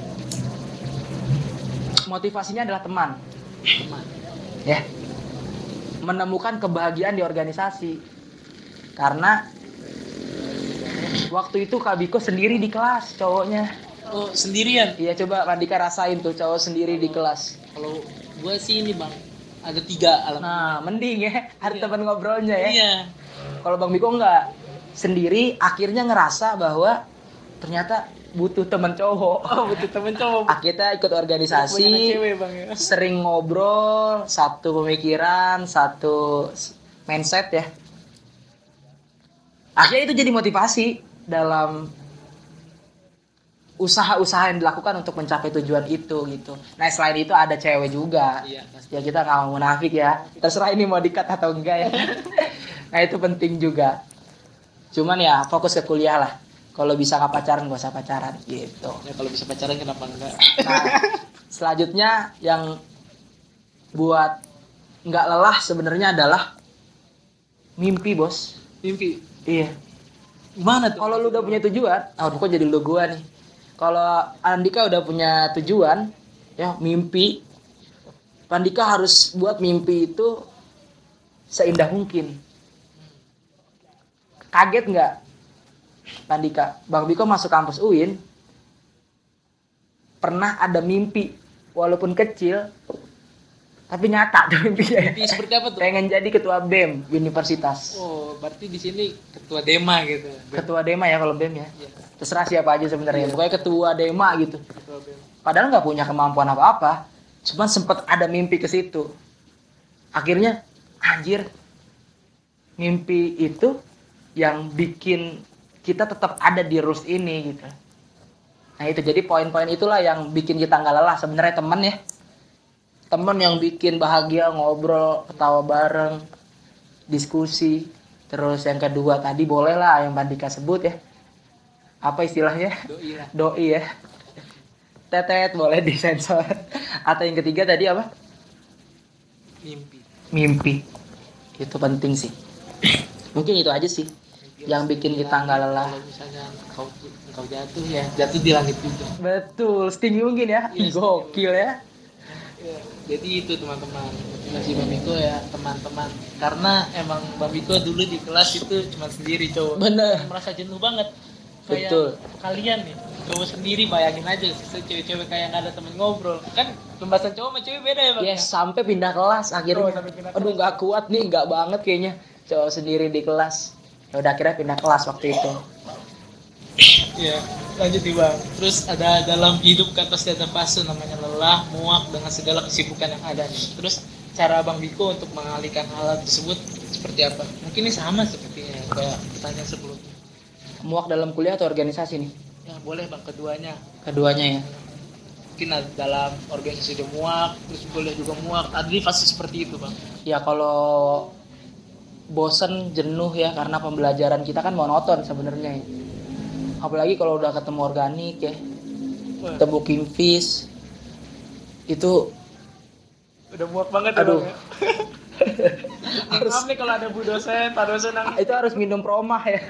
Motivasinya adalah teman. Teman. Ya. Menemukan kebahagiaan di organisasi. Karena waktu itu Kak Biko sendiri di kelas cowoknya. Oh, sendirian. Iya, coba Pandika rasain tuh cowok sendiri di kelas. Kalau gue sih ini Bang, ada tiga alam. Nah, mending ya, ada Iya. teman ngobrolnya ya. Iya. Kalau Bang Biko enggak, sendiri akhirnya ngerasa bahwa ternyata butuh teman cowok. Oh, butuh temen cowok. Akhirnya ikut Banyak organisasi, cewek Bang ya. sering ngobrol, satu pemikiran, satu s- mindset ya. Akhirnya itu jadi motivasi dalam usaha-usaha yang dilakukan untuk mencapai tujuan itu gitu. Nah, selain itu ada cewek juga. Iya, pasti. Ya kita nggak mau munafik ya. Terserah ini mau dikat atau enggak ya. Nah, itu penting juga. Cuman ya fokus ke kuliah lah. Kalau bisa nggak pacaran gak usah pacaran gitu. Ya kalau bisa pacaran kenapa enggak? Nah, selanjutnya yang buat nggak lelah sebenarnya adalah mimpi, bos. Mimpi. Iya. Gimana tuh? Kalau lu udah punya tujuan, ah kok jadi lu gua nih. Kalau Andika udah punya tujuan, ya mimpi. Pandika harus buat mimpi itu seindah mungkin. Kaget nggak, Pandika? Bang Biko masuk kampus U I N, pernah ada mimpi, walaupun kecil, tapi nyata tuh mimpinya. Mimpi seperti apa tuh? Pengen jadi ketua B E M Universitas. Oh, berarti di sini ketua Dema gitu. Ketua Dema ya kalau B E M ya. Iya. Terserah siapa aja sebenarnya. Iya. Pokoknya ketua Dema gitu. Ketua B E M. Padahal nggak punya kemampuan apa-apa, cuman sempet ada mimpi ke situ. Akhirnya, anjir, mimpi itu yang bikin kita tetap ada di rules ini gitu. Nah itu jadi poin-poin itulah yang bikin kita nggak lelah sebenarnya, teman ya. Teman yang bikin bahagia, ngobrol, ketawa bareng, diskusi. Terus yang kedua tadi boleh lah yang Pandika sebut ya. Apa istilahnya? Doi lah. Doi ya. Tetet boleh disensor. Atau yang ketiga tadi apa? Mimpi. Mimpi. Itu penting sih. Mungkin itu aja sih yang bikin kita nggak lelah. Kalau misalnya kau kau jatuh ya, jatuh di langit juga. Betul, setinggi mungkin ya. Iya, Gokil ya. Ya, jadi itu teman-teman, motivasi Bang Biko ya teman-teman. Karena emang Bang Biko dulu di kelas itu cuma sendiri cowok. Bener. Merasa jenuh banget. Kayak Betul. kalian nih, cowok sendiri bayangin aja, cewek-cewek kayak nggak ada temen ngobrol. Kan pembahasan cowok sama cewek beda ya Bang? Yes, sampai pindah kelas akhirnya. Oh, sampai pindah Aduh nggak kuat nih, nggak banget kayaknya. Cowok sendiri di kelas. Ya udah akhirnya pindah kelas waktu itu. Iya, lanjut nih Bang. Terus ada dalam hidup kan pasti ada fase namanya lelah, muak dengan segala kesibukan yang ada nih. Terus cara Bang Biko untuk mengalihkan hal tersebut seperti apa? Mungkin ini sama sepertinya kayak pertanyaan sebelumnya. Muak dalam kuliah atau organisasi nih? Ya boleh Bang, keduanya. Keduanya ya. Mungkin ada dalam organisasi udah muak, terus kuliah juga muak. Ada di fase seperti itu Bang. Ya kalau bosen, jenuh ya karena pembelajaran kita kan monoton sebenarnya ya. Apalagi kalau udah ketemu organik ya, ketemu kimfis itu Udah muak banget ya aduh. Bang ya. Maaf nih kalau ada bu dosen, pak dosen yang Itu harus minum promah ya.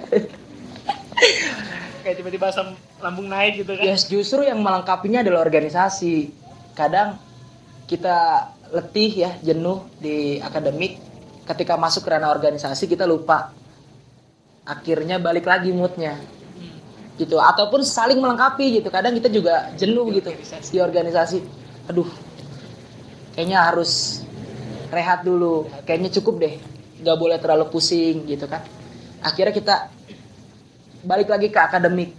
kayak tiba-tiba asam lambung naik gitu kan. Yes, justru yang melengkapinya adalah organisasi. Kadang kita letih ya, jenuh di akademik, ketika masuk ke ranah organisasi kita lupa. Akhirnya balik lagi moodnya. Gitu, ataupun saling melengkapi gitu. Kadang kita juga jenuh Di gitu organisasi. di organisasi. Aduh. Kayaknya harus rehat dulu. Kayaknya cukup deh. Gak boleh terlalu pusing gitu kan. Akhirnya kita balik lagi ke akademik.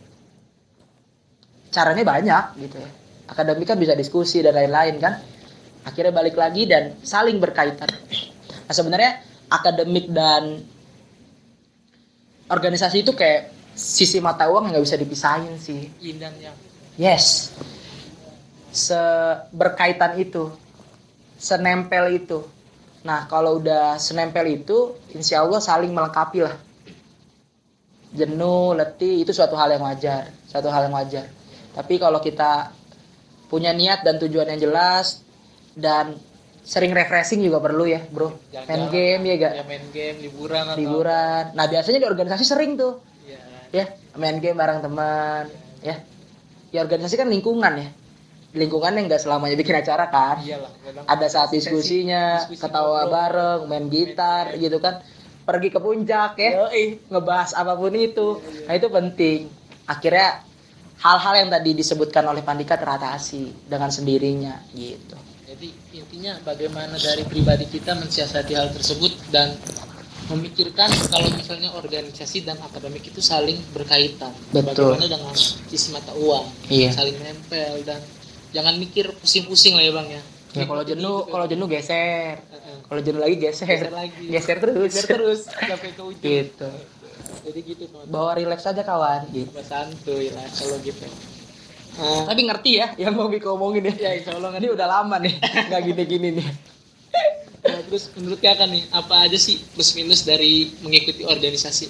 Caranya banyak gitu ya. Akademik kan bisa diskusi dan lain-lain kan. Akhirnya balik lagi dan saling berkaitan. Nah sebenarnya akademik dan organisasi itu kayak sisi mata uang yang nggak bisa dipisahin sih. Yin dan yang. Yes. Seberkaitan itu. Senempel itu. Nah kalau udah senempel itu, insya Allah saling melengkapi lah. Jenuh, letih itu suatu hal yang wajar, suatu hal yang wajar. Tapi kalau kita punya niat dan tujuan yang jelas dan sering refreshing juga perlu ya, bro. Jalan-jalan, Main game ya gak? Ya main game, liburan atau Liburan. Nah biasanya di organisasi sering tuh, Iya. ya main game bareng teman, ya. Ya organisasi kan lingkungan ya. Lingkungan yang nggak selamanya bikin acara kan. Iyalah, kadang Ada saat sesi, diskusinya, diskusi ketawa ngobrol. bareng, main gitar gitu kan. Pergi ke puncak ya, Yoi. ngebahas apapun itu. Nah itu penting. Akhirnya hal-hal yang tadi disebutkan oleh Pandika teratasi dengan sendirinya gitu. Jadi intinya bagaimana dari pribadi kita mensiasati hal tersebut dan memikirkan kalau misalnya organisasi dan akademik itu saling berkaitan. Betul. Bagaimana dengan sisi mata uang, Iya. saling nempel dan jangan mikir pusing-pusing lah ya Bang ya. Ya kalau Ikuti jenuh, gitu, kalau Bang. jenuh geser. Heeh. Kalau jenuh lagi geser. Geser lagi. Geser terus. Geser terus sampai ke ujung. Gitu. Jadi gitu teman-teman. Bawa relax aja kawan gitu. Coba santuy lah kalau gitu. Eh, Tapi ngerti ya yang mau Biko omongin ya. ya insya Allah Ini udah lama nih, nggak gini-gini nih. Nah, terus menurut kakak nih, apa aja sih plus minus dari mengikuti organisasi?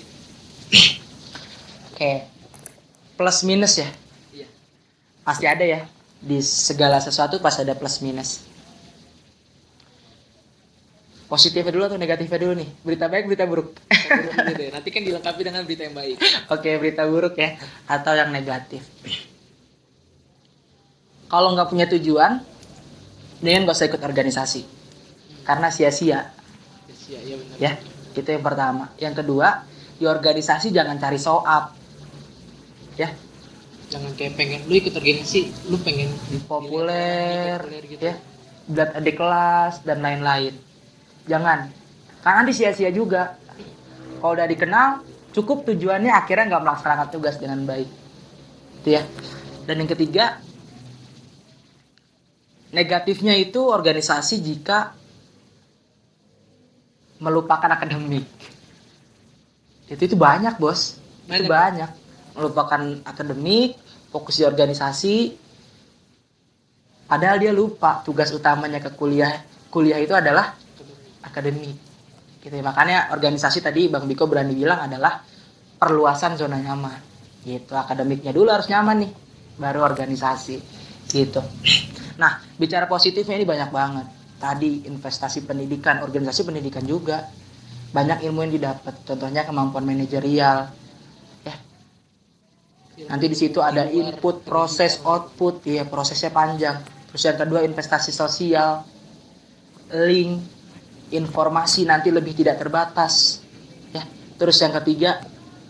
Oke, plus minus ya, Iya. pasti ada ya. Di segala sesuatu pasti ada plus minus. Positifnya dulu atau negatifnya dulu nih? Berita baik, berita buruk. Kita dulu dulu deh. Nanti kan dilengkapi dengan berita yang baik. Oke, berita buruk ya, atau yang negatif. Kalau nggak punya tujuan, mendingan gak usah ikut organisasi. Karena sia-sia. Iya, iya benar. Ya, itu yang pertama. Yang kedua, di organisasi jangan cari show up. Ya, Jangan kayak pengen lu ikut organisasi, lu pengen populer, populer gitu. ya, buat adik kelas dan lain-lain. Jangan, karena nanti sia-sia juga. Kalau udah dikenal, cukup tujuannya akhirnya nggak melaksanakan tugas dengan baik. Itu ya. Dan yang ketiga, negatifnya itu organisasi jika melupakan akademik. Itu itu banyak, Bos. Itu Banyak. banyak. Melupakan akademik, fokus di organisasi. Padahal dia lupa tugas utamanya ke kuliah. Kuliah itu adalah akademik. Gitu ya. Makanya organisasi tadi Bang Biko berani bilang adalah perluasan zona nyaman. Gitu. Akademiknya dulu harus nyaman nih, baru organisasi. Gitu. Nah, bicara positifnya ini banyak banget. Tadi investasi pendidikan, organisasi pendidikan juga banyak ilmu yang didapat. Contohnya kemampuan manajerial. Ya. Nanti di situ ada input, proses, output, ya prosesnya panjang. Terus yang kedua investasi sosial, link, informasi nanti lebih tidak terbatas. Ya. Terus yang ketiga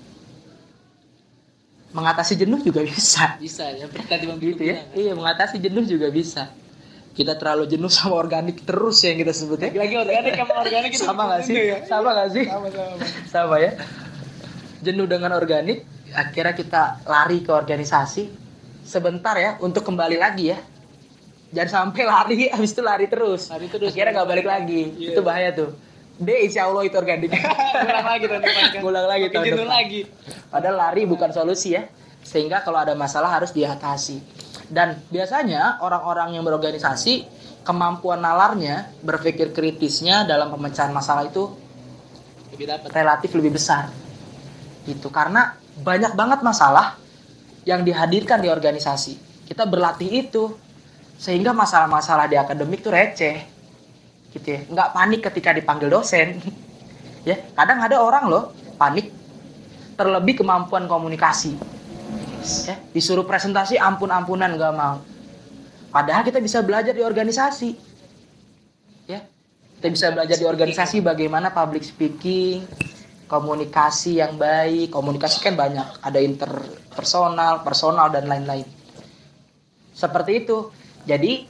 mengatasi jenuh juga bisa. Bisa ya, seperti tadi Bang Gitu Biko ya. bilang. Iya, mengatasi jenuh juga bisa. Kita terlalu jenuh sama organik terus yang kita sebutnya. Lagi organik sama organik itu Sama nggak sih? ya? Sama nggak sih? Sama-sama. Sama ya. Jenuh dengan organik, akhirnya kita lari ke organisasi sebentar ya untuk kembali lagi ya. Jangan sampai lari, habis itu lari terus. Lari terus. Akhirnya nggak balik lagi. Iya. Itu bahaya tuh. D, insya Allah itu organik. Ngulang lagi tahun depan kan. Ngulang lagi Makin tahun jenuh depan. lagi. Padahal lari bukan solusi ya. Sehingga kalau ada masalah harus diatasi. Dan biasanya orang-orang yang berorganisasi, kemampuan nalarnya, berpikir kritisnya dalam pemecahan masalah itu Lebih dapat. relatif lebih besar. Gitu. Karena banyak banget masalah yang dihadirkan di organisasi. Kita berlatih itu. Sehingga masalah-masalah di akademik tuh receh. Gitu ya. Nggak panik ketika dipanggil dosen. Ya, kadang ada orang loh panik. Terlebih kemampuan komunikasi. Ya, disuruh presentasi ampun-ampunan nggak mau. Padahal kita bisa belajar di organisasi. Ya, kita bisa belajar di organisasi bagaimana public speaking, komunikasi yang baik. Komunikasi kan banyak, ada interpersonal, personal dan lain-lain. Seperti itu. Jadi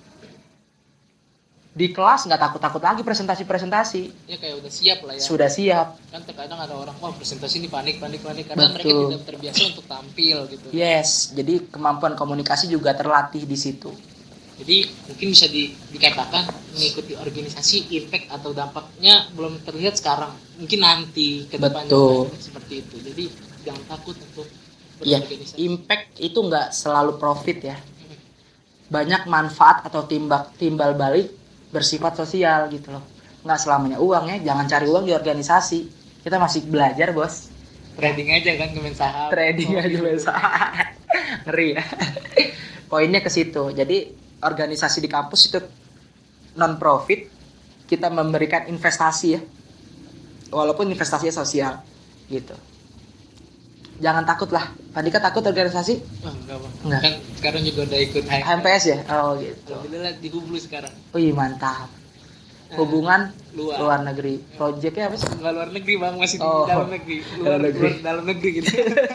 di kelas nggak takut-takut lagi presentasi-presentasi. Ya kayak udah siap lah ya. Sudah siap. Kan terkadang ada orang, wah presentasi ini panik, panik, panik. Karena mereka Betul. tidak terbiasa untuk tampil gitu. Yes, jadi kemampuan komunikasi juga terlatih di situ. Jadi mungkin bisa di, dikatakan mengikuti organisasi impact atau dampaknya belum terlihat sekarang. Mungkin nanti ke depannya Betul. kan, seperti itu. Jadi jangan takut untuk Iya, berorganisasi. impact itu nggak selalu profit ya. Banyak manfaat atau timbal timbal balik bersifat sosial gitu loh. Nggak selamanya uang ya, jangan cari uang di organisasi. Kita masih belajar, Bos. Trading aja kan ke saham. Trading Oh, aja gitu. biasa. Ngeri ya. Poinnya ke situ. Jadi organisasi di kampus itu non profit, kita memberikan investasi ya. Walaupun investasinya sosial gitu. Jangan takut lah. Pandika takut organisasi? Wah, enggak, Bang. Enggak. Kan sekarang juga udah ikut H H M P S ya? Oh gitu. Alhamdulillah di Hublu sekarang. Wih mantap. Hubungan Luar. luar negeri. Projectnya apa sih? Enggak luar negeri, Bang, masih di Oh. dalam negeri. Luar, Dalam negeri. luar dalam negeri gitu.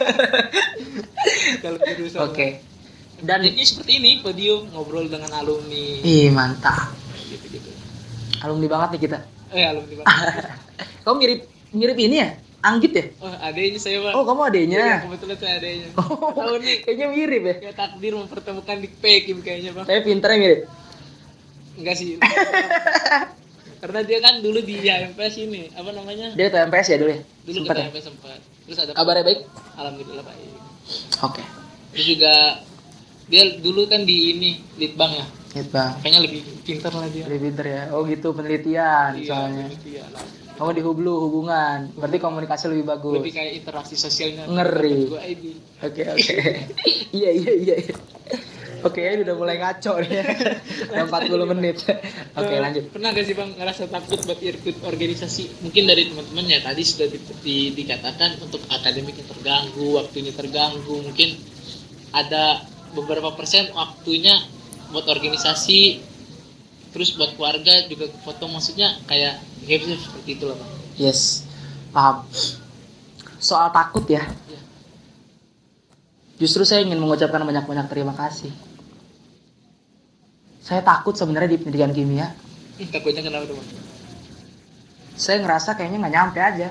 Dalam jurusan. Oke. Dan Jadi seperti ini, podium ngobrol dengan alumni ih mantap. gitu-gitu. Alumni banget nih kita. Eh, alumni Bang. Kamu mirip mirip ini ya? Anggit ya? Oh, adanya saya, Bang. Oh, kamu Iya, adenya. kebetulan saya adanya. Oh, Tahu nih, kayaknya mirip ya. ya takdir mempertemukan di Pekim kayaknya, Bang. Tapi pinternya mirip. Enggak sih. Karena dia kan dulu di H M P S ini, apa namanya? Dia tuh M P S ya dulu ya? Dulu Sempat ke ya? H M P S sempat. Terus ada Kabarnya baik? Alhamdulillah baik. Oke. Terus juga dia dulu kan di ini Litbang ya. Gitu bang. Kayaknya lebih pintar lah dia. Lebih pinter ya. Oh gitu penelitian Iya, soalnya. iya lah. Kamu di Hublu hubungan. Berarti komunikasi lebih bagus. Lebih kayak interaksi sosialnya. Ngeri. Gua ini. Oke oke. Iya iya iya. Oke ini udah mulai ngaco nih. ya. Udah empat puluh menit. Oke Eh, lanjut. Pernah gak sih Bang ngerasa takut buat ikut organisasi? Mungkin dari teman-teman ya tadi sudah di, di- dikatakan untuk akademiknya terganggu, waktunya terganggu. Mungkin ada beberapa persen waktunya buat organisasi terus buat keluarga juga foto, maksudnya kayak happy seperti itu loh bang. Yes, paham. Soal takut ya, Iya. justru saya ingin mengucapkan banyak-banyak terima kasih. Saya takut sebenarnya di pendidikan kimia. Hmm, takutnya kenapa tuh bang? Saya ngerasa kayaknya nggak nyampe aja.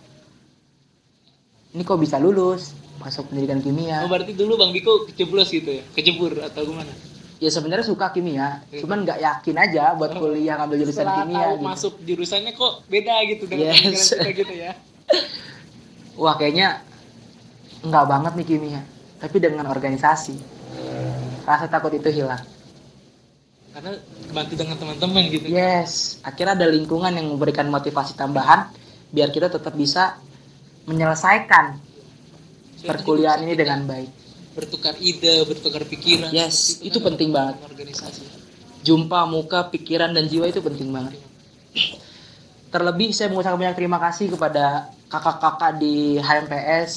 Ini kok bisa lulus masuk pendidikan kimia? Oh berarti dulu bang Biko keceblos gitu ya, kejebur atau gimana? Ya sebenarnya suka kimia, cuman nggak yakin aja buat kuliah ngambil jurusan Setelah kimia. tahu Gitu. masuk jurusannya kok beda gitu dengan Yes. pikiran kita gitu ya. Wah kayaknya nggak banget nih kimia. Tapi dengan organisasi, rasa takut itu hilang. Karena bantu dengan teman-teman gitu. Yes, akhirnya ada lingkungan yang memberikan motivasi tambahan biar kita tetap bisa menyelesaikan perkuliahan ini dengan baik. Bertukar ide, bertukar pikiran. Yes, seperti itu kan penting dalam banget. Organisasi. Jumpa muka, pikiran, dan jiwa itu penting banget. Terlebih saya mengucapkan banyak terima kasih kepada kakak-kakak di H M P S.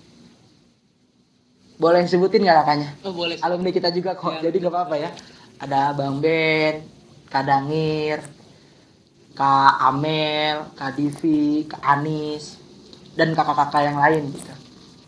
Boleh sebutin nggak kakaknya? Oh boleh. Alumni kita juga kok, Ya, jadi nggak apa-apa ya. Ada Bang Ben, Kak Dangir, Kak Amel, Kak Divi, Kak Anis, dan kakak-kakak yang lain gitu.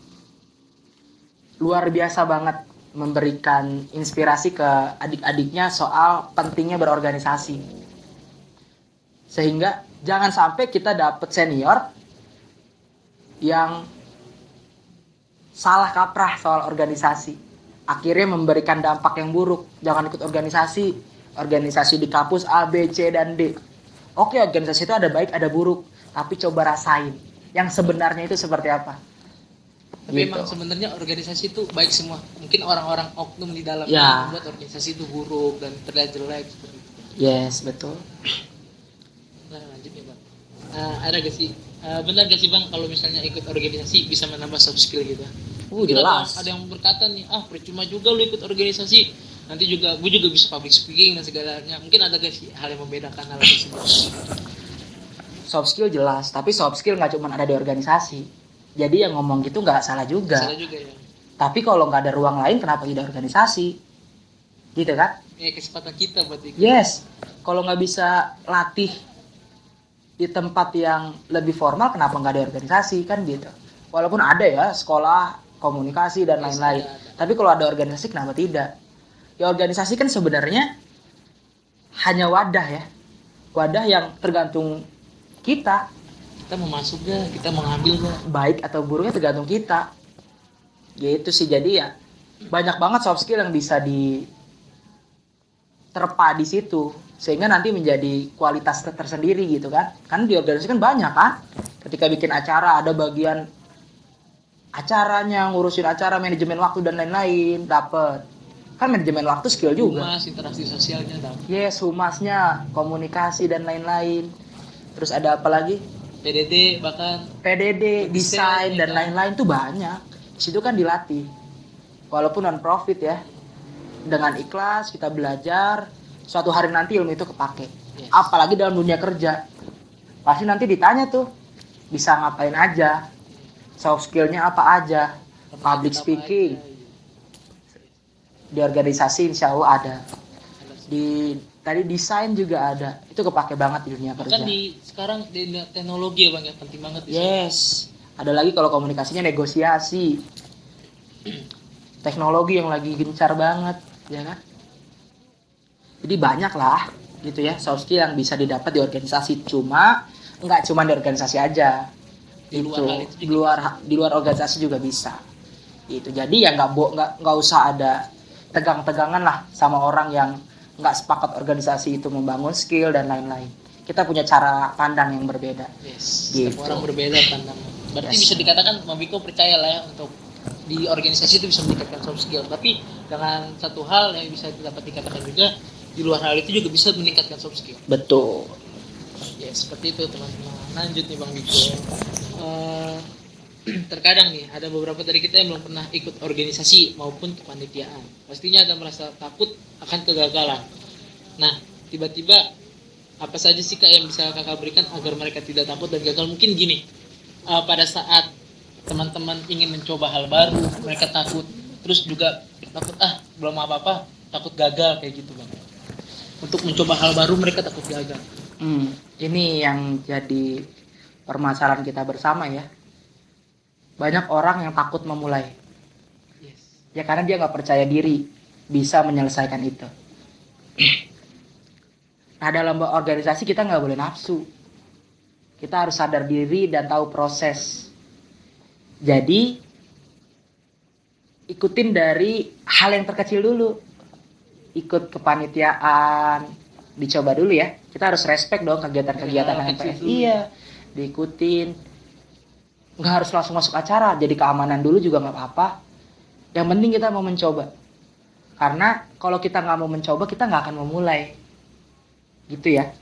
Luar biasa banget memberikan inspirasi ke adik-adiknya soal pentingnya berorganisasi. Sehingga jangan sampai kita dapet senior yang salah kaprah soal organisasi. Akhirnya memberikan dampak yang buruk. Jangan ikut organisasi. Organisasi di kampus A, B, C, dan D. Oke, organisasi itu ada baik, ada buruk. Tapi coba rasain. Yang sebenarnya itu seperti apa. Tapi Gitu. emang sebenarnya organisasi itu baik semua. Mungkin orang-orang oknum di dalamnya Ya. membuat organisasi itu buruk dan terlihat jelek seperti itu. Yes, betul. Nah lanjut ya bang. Uh, ada gak sih? Uh, benar gak sih bang kalau misalnya ikut organisasi bisa menambah soft skill gitu? Uh, Mungkin jelas. Ada, ada yang berkata nih, ah percuma juga lu ikut organisasi. Nanti juga gue juga bisa public speaking dan segalanya. Mungkin ada gak sih hal yang membedakan hal tersebut? Soft skill jelas, tapi soft skill nggak cuma ada di organisasi. Jadi yang ngomong gitu nggak salah juga. Salah juga ya. Tapi kalau nggak ada ruang lain, kenapa tidak organisasi? Gitu kan? Ya kesempatan kita buat ikut. Yes. Kalau nggak bisa latih di tempat yang lebih formal, kenapa nggak ada organisasi kan gitu? Walaupun ada ya sekolah, komunikasi dan Yes, lain-lain. ada, ada. Tapi kalau ada organisasi, kenapa tidak? Ya organisasi kan sebenarnya hanya wadah ya, wadah yang tergantung kita. Kita mau masuk gak? Kita mau ngambil gak? Baik atau buruknya tergantung kita. Gitu sih, jadi ya banyak banget soft skill yang bisa diterpa di situ sehingga nanti menjadi kualitas ter- tersendiri gitu kan. Kan di organisasi kan banyak kan. Ketika bikin acara ada bagian acaranya, ngurusin acara, manajemen waktu dan lain-lain, dapet. Kan manajemen waktu skill juga. Humas, interaksi sosialnya dapat. Yes, humasnya, komunikasi dan lain-lain. Terus ada apa lagi? P D D bahkan. P D D, desain dan lain-lain tuh banyak. Di situ kan dilatih. Walaupun non profit ya. Dengan ikhlas kita belajar, suatu hari nanti ilmu itu kepake. Yes. Apalagi dalam dunia kerja. Pasti nanti ditanya tuh, bisa ngapain aja? Soft skill-nya apa aja? Public Apa speaking. aja, iya. Di organisasi insya Allah ada. Di tadi desain juga ada. Itu kepake banget di dunia kerja. Bahkan di sekarang di dunia teknologi ya bang ya, penting banget di sini. Yes. Ada lagi kalau komunikasinya negosiasi. Teknologi yang lagi gencar banget, ya kan? Jadi banyak lah gitu ya soft skill yang bisa didapat di organisasi. Cuma nggak cuma di organisasi aja. Di luar Itu hal itu juga di luar di luar organisasi juga bisa. Itu jadi ya nggak bo- nggak nggak usah ada tegang-tegangan lah sama orang yang nggak sepakat organisasi itu membangun skill dan lain-lain. Kita punya cara pandang yang berbeda. Yes, Gitu. setiap orang berbeda pandangan. Berarti Yes. bisa dikatakan Bang Biko percaya lah ya untuk di organisasi itu bisa meningkatkan soft skill. Tapi dengan satu hal yang bisa dapat dikatakan juga di luar hal itu juga bisa meningkatkan soft skill. Betul. Ya seperti itu teman-teman. Lanjut nih Bang Biko. Eh, terkadang nih ada beberapa dari kita yang belum pernah ikut organisasi maupun kepanitiaan. Pastinya ada merasa takut akan kegagalan. Nah, tiba-tiba apa saja sih Kak yang bisa Kakak berikan agar mereka tidak takut dan gagal? Mungkin gini, uh, pada saat teman-teman ingin mencoba hal baru, mereka takut, terus juga takut ah belum apa-apa, takut gagal kayak gitu Bang. untuk mencoba hal baru mereka takut gagal. Hmm, ini yang jadi permasalahan kita bersama ya. Banyak orang yang takut memulai. Yes. Ya karena dia nggak percaya diri bisa menyelesaikan itu. Nah dalam organisasi kita nggak boleh nafsu. Kita harus sadar diri dan tahu proses. Jadi ikutin dari hal yang terkecil dulu. Ikut kepanitiaan, dicoba dulu ya. Kita harus respect dong kegiatan-kegiatan H M P S. Iya, diikutin. Nggak harus langsung masuk acara, jadi keamanan dulu juga nggak apa-apa. Yang penting kita mau mencoba. Karena kalau kita nggak mau mencoba, kita nggak akan memulai. Gitu ya.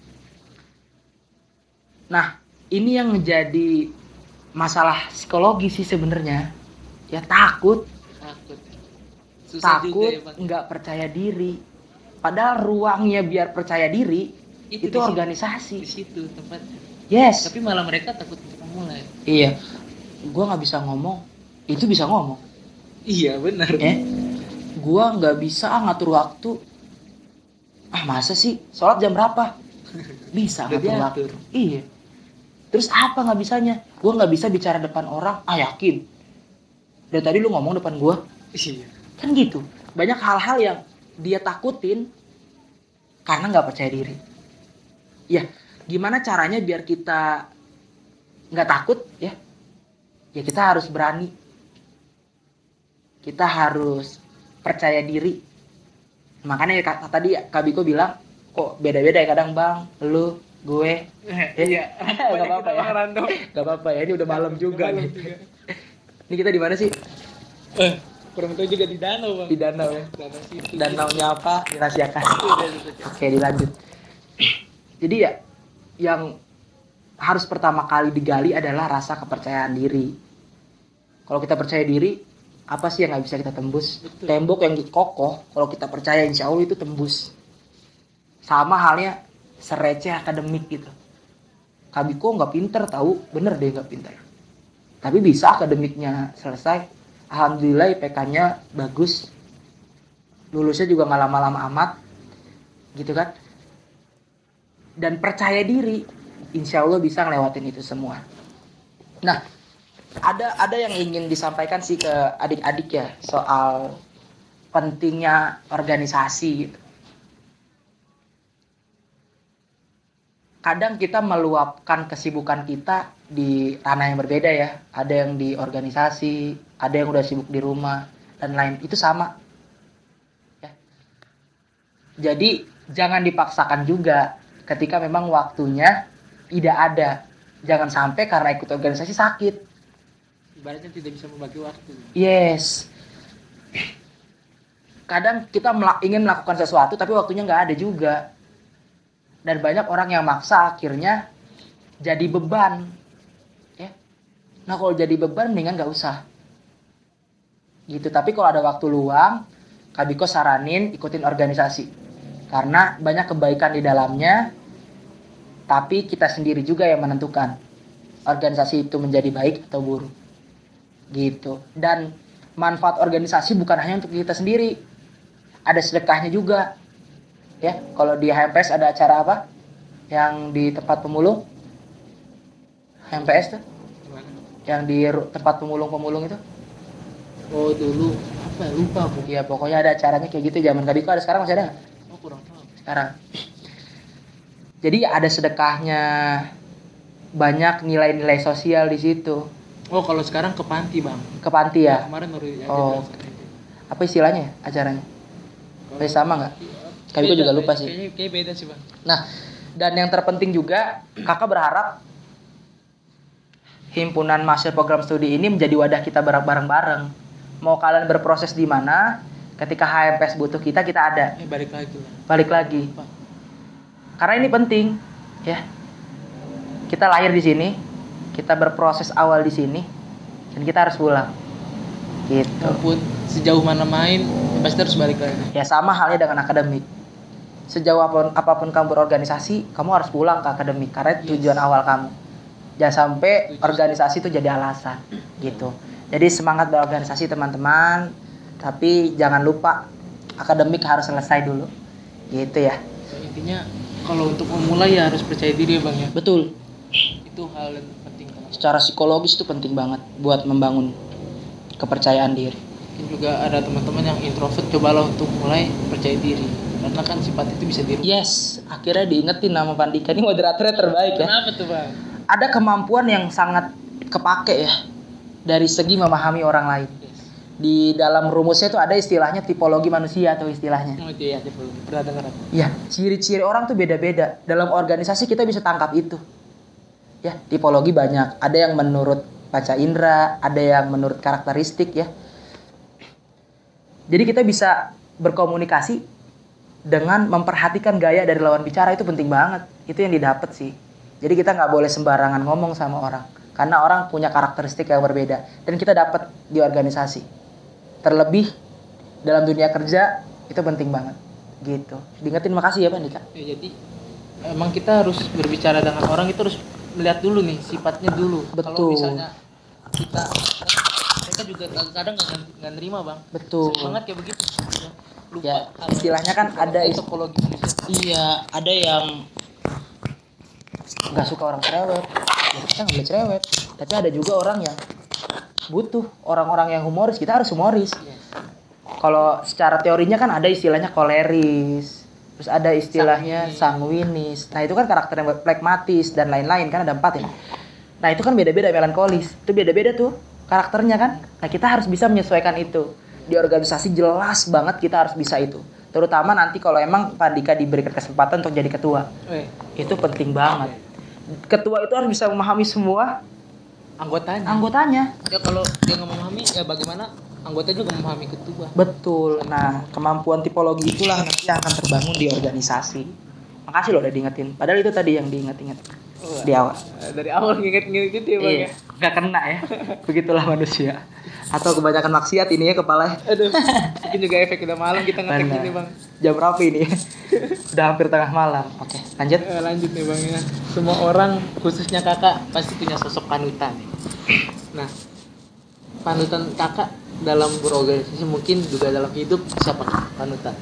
Nah, ini yang menjadi masalah psikologi sih sebenarnya. Ya takut. Takut. Susah Takut, juga ya, nggak percaya diri. Padahal ruangnya biar percaya diri itu, itu di organisasi. Di situ tempatnya. Yes. Tapi malah mereka takut untuk memulai. Iya. Gua nggak bisa ngomong, itu bisa ngomong. Iya benar. Eh, gua nggak bisa ah, ngatur waktu. Ah masa sih? Sholat jam berapa? Bisa Udah ngatur waktu. Iya. Terus apa nggak bisanya? Gua nggak bisa bicara depan orang. Ah yakin? Dari tadi lu ngomong depan gua. Iya. Kan gitu. Banyak hal-hal yang dia takutin karena nggak percaya diri. Ya, gimana caranya biar kita nggak takut ya? Ya kita harus berani. Kita harus percaya diri. Makanya ya, tadi Kak Biko bilang, kok beda-beda ya kadang bang, lu, gue. Iya. Gak apa-apa ya. Gak apa-apa ya. Ini udah malam juga nih. Ini kita di mana sih? Eh, kurang tahu juga di danau bang. Di danau ya. Danau situ. Danaunya apa? Dirahasiakan. Udah, udah, udah. Oke, dilanjut. Jadi ya, yang harus pertama kali digali adalah rasa kepercayaan diri. Kalau kita percaya diri, apa sih yang nggak bisa kita tembus? Betul. Tembok yang kokoh, kalau kita percaya insya Allah itu tembus. Sama halnya sereceh akademik gitu. Kabiko nggak pinter tahu, bener deh nggak pinter. Tapi bisa akademiknya selesai. Alhamdulillah I P K-nya bagus. Lulusnya juga nggak lama-lama amat, gitu kan? Dan percaya diri, insya Allah bisa ngelewatin itu semua. Nah, ada ada yang ingin disampaikan sih ke adik-adik ya soal pentingnya organisasi gitu. Kadang kita meluapkan kesibukan kita di ranah yang berbeda ya. Ada yang di organisasi, ada yang udah sibuk di rumah dan lain. Itu sama. Ya. Jadi jangan dipaksakan juga ketika memang waktunya tidak ada. Jangan sampai karena ikut organisasi sakit. Ibaratnya tidak bisa membagi waktu. Yes. Kadang kita melak- ingin melakukan sesuatu tapi waktunya nggak ada juga. Dan banyak orang yang maksa akhirnya jadi beban. Ya. Nah kalau jadi beban mendingan nggak usah. Gitu. Tapi kalau ada waktu luang, Kak Biko saranin ikutin organisasi. Karena banyak kebaikan di dalamnya. Tapi kita sendiri juga yang menentukan organisasi itu menjadi baik atau buruk. Gitu. Dan manfaat organisasi bukan hanya untuk kita sendiri. Ada sedekahnya juga. Ya, kalau di H M P S ada acara apa? Yang di tempat pemulung? H M P S tuh? Gimana? Yang di ru- tempat pemulung-pemulung itu? Oh dulu apa ya? Lupa bu. Iya, pokoknya ada acaranya kayak gitu. Zaman Kak Biko ada, sekarang masih ada nggak? Oh kurang tahu. Sekarang. Jadi ada sedekahnya. Banyak nilai-nilai sosial di situ. Oh kalau sekarang ke panti bang. Ke panti ya? Kemarin baru aja Oh. bilang. Apa istilahnya acaranya? Masih sama nggak? Kak Biko juga lupa sih. Kayaknya kayak beda sih bang. Nah, dan yang terpenting juga, kakak berharap himpunan Master Program Studi ini menjadi wadah kita bareng-bareng. Mau kalian berproses di mana, ketika H M P S butuh kita, kita ada. Eh balik lagi lah. Balik lagi. Pak. Karena ini penting, ya. Kita lahir di sini, kita berproses awal di sini, dan kita harus pulang. Gitu. Maupun sejauh mana main, ya pasti harus balik lagi. Ya sama halnya dengan akademik. Sejauh apapun, apapun kamu berorganisasi, kamu harus pulang ke akademik karena itu tujuan awal kamu. Jangan sampai organisasi itu jadi alasan, gitu. Jadi semangat berorganisasi teman-teman, tapi jangan lupa akademik harus selesai dulu, gitu ya. So, intinya kalau untuk memulai ya harus percaya diri ya Bang ya. Betul. Itu hal yang penting kan. Secara psikologis itu penting banget buat membangun kepercayaan diri. Mungkin juga ada teman-teman yang introvert, cobalah untuk mulai percaya diri. Karena kan sifat itu bisa dirubah. Yes, akhirnya diingetin nama Pandika ini moderatornya terbaik ya. Kenapa tuh Bang? Ada kemampuan yang sangat kepake ya dari segi memahami orang lain. Yes. Di dalam rumusnya itu ada istilahnya tipologi manusia atau istilahnya. Oh itu ya, tipe pernah dengar. Ya, ciri-ciri orang tuh beda-beda. Dalam organisasi kita bisa tangkap itu. Ya, tipologi banyak. Ada yang menurut panca indera, ada yang menurut karakteristik ya. Jadi kita bisa berkomunikasi dengan memperhatikan gaya dari lawan bicara, itu penting banget. Itu yang didapat sih. Jadi kita nggak boleh sembarangan ngomong sama orang. Karena orang punya karakteristik yang berbeda. Dan kita dapat di organisasi. Terlebih dalam dunia kerja, itu penting banget. Gitu. Diingetin makasih ya Pak Nika. Ya, jadi emang kita harus berbicara dengan orang itu harus melihat dulu nih sifatnya dulu. Betul. Kalau misalnya kita, mereka juga kadang nggak nggak nerima Bang. Betul. Sering banget kayak begitu. Ya, lupa. Ya, istilahnya kan ada is- psikologi manusia. Iya, ada yang nggak suka orang cerewet. Ya, kita nggak boleh cerewet. Tapi ada juga orang yang butuh orang-orang yang humoris. Kita harus humoris. Yes. Kalau secara teorinya kan ada istilahnya koleris, terus ada istilahnya sanguinis. Nah itu kan karakter yang plekmatis dan lain-lain kan ada empat ya. Nah itu kan beda-beda, melankolis itu beda-beda tuh karakternya kan. Nah kita harus bisa menyesuaikan itu. Di organisasi jelas banget kita harus bisa itu. Terutama nanti kalau emang Pak Dika diberikan kesempatan untuk jadi ketua. Eh, Itu penting banget. Ketua itu harus bisa memahami semua anggotanya. anggotanya. Ya kalau dia nggak memahami, ya bagaimana anggota juga memahami ketua. Betul. Nah, kemampuan tipologi itulah nanti yang akan terbangun di organisasi. Makasih loh udah diingetin. Padahal itu tadi yang diinget-inget di awal. Dari awal nginget-nginget gitu ya Bang Iya, ya. nggak kena ya. Begitulah manusia. Atau kebanyakan maksiat ini ya kepala. Aduh, mungkin juga efek udah malam kita ngetek Benar. ini Bang. Jam berapa ini? Udah hampir tengah malam. Oke, lanjut. Eh, lanjut nih Bang ya. Semua orang khususnya kakak pasti punya sosok panutan. Nah, panutan kakak dalam berorganisasi mungkin juga dalam hidup siapa panutan?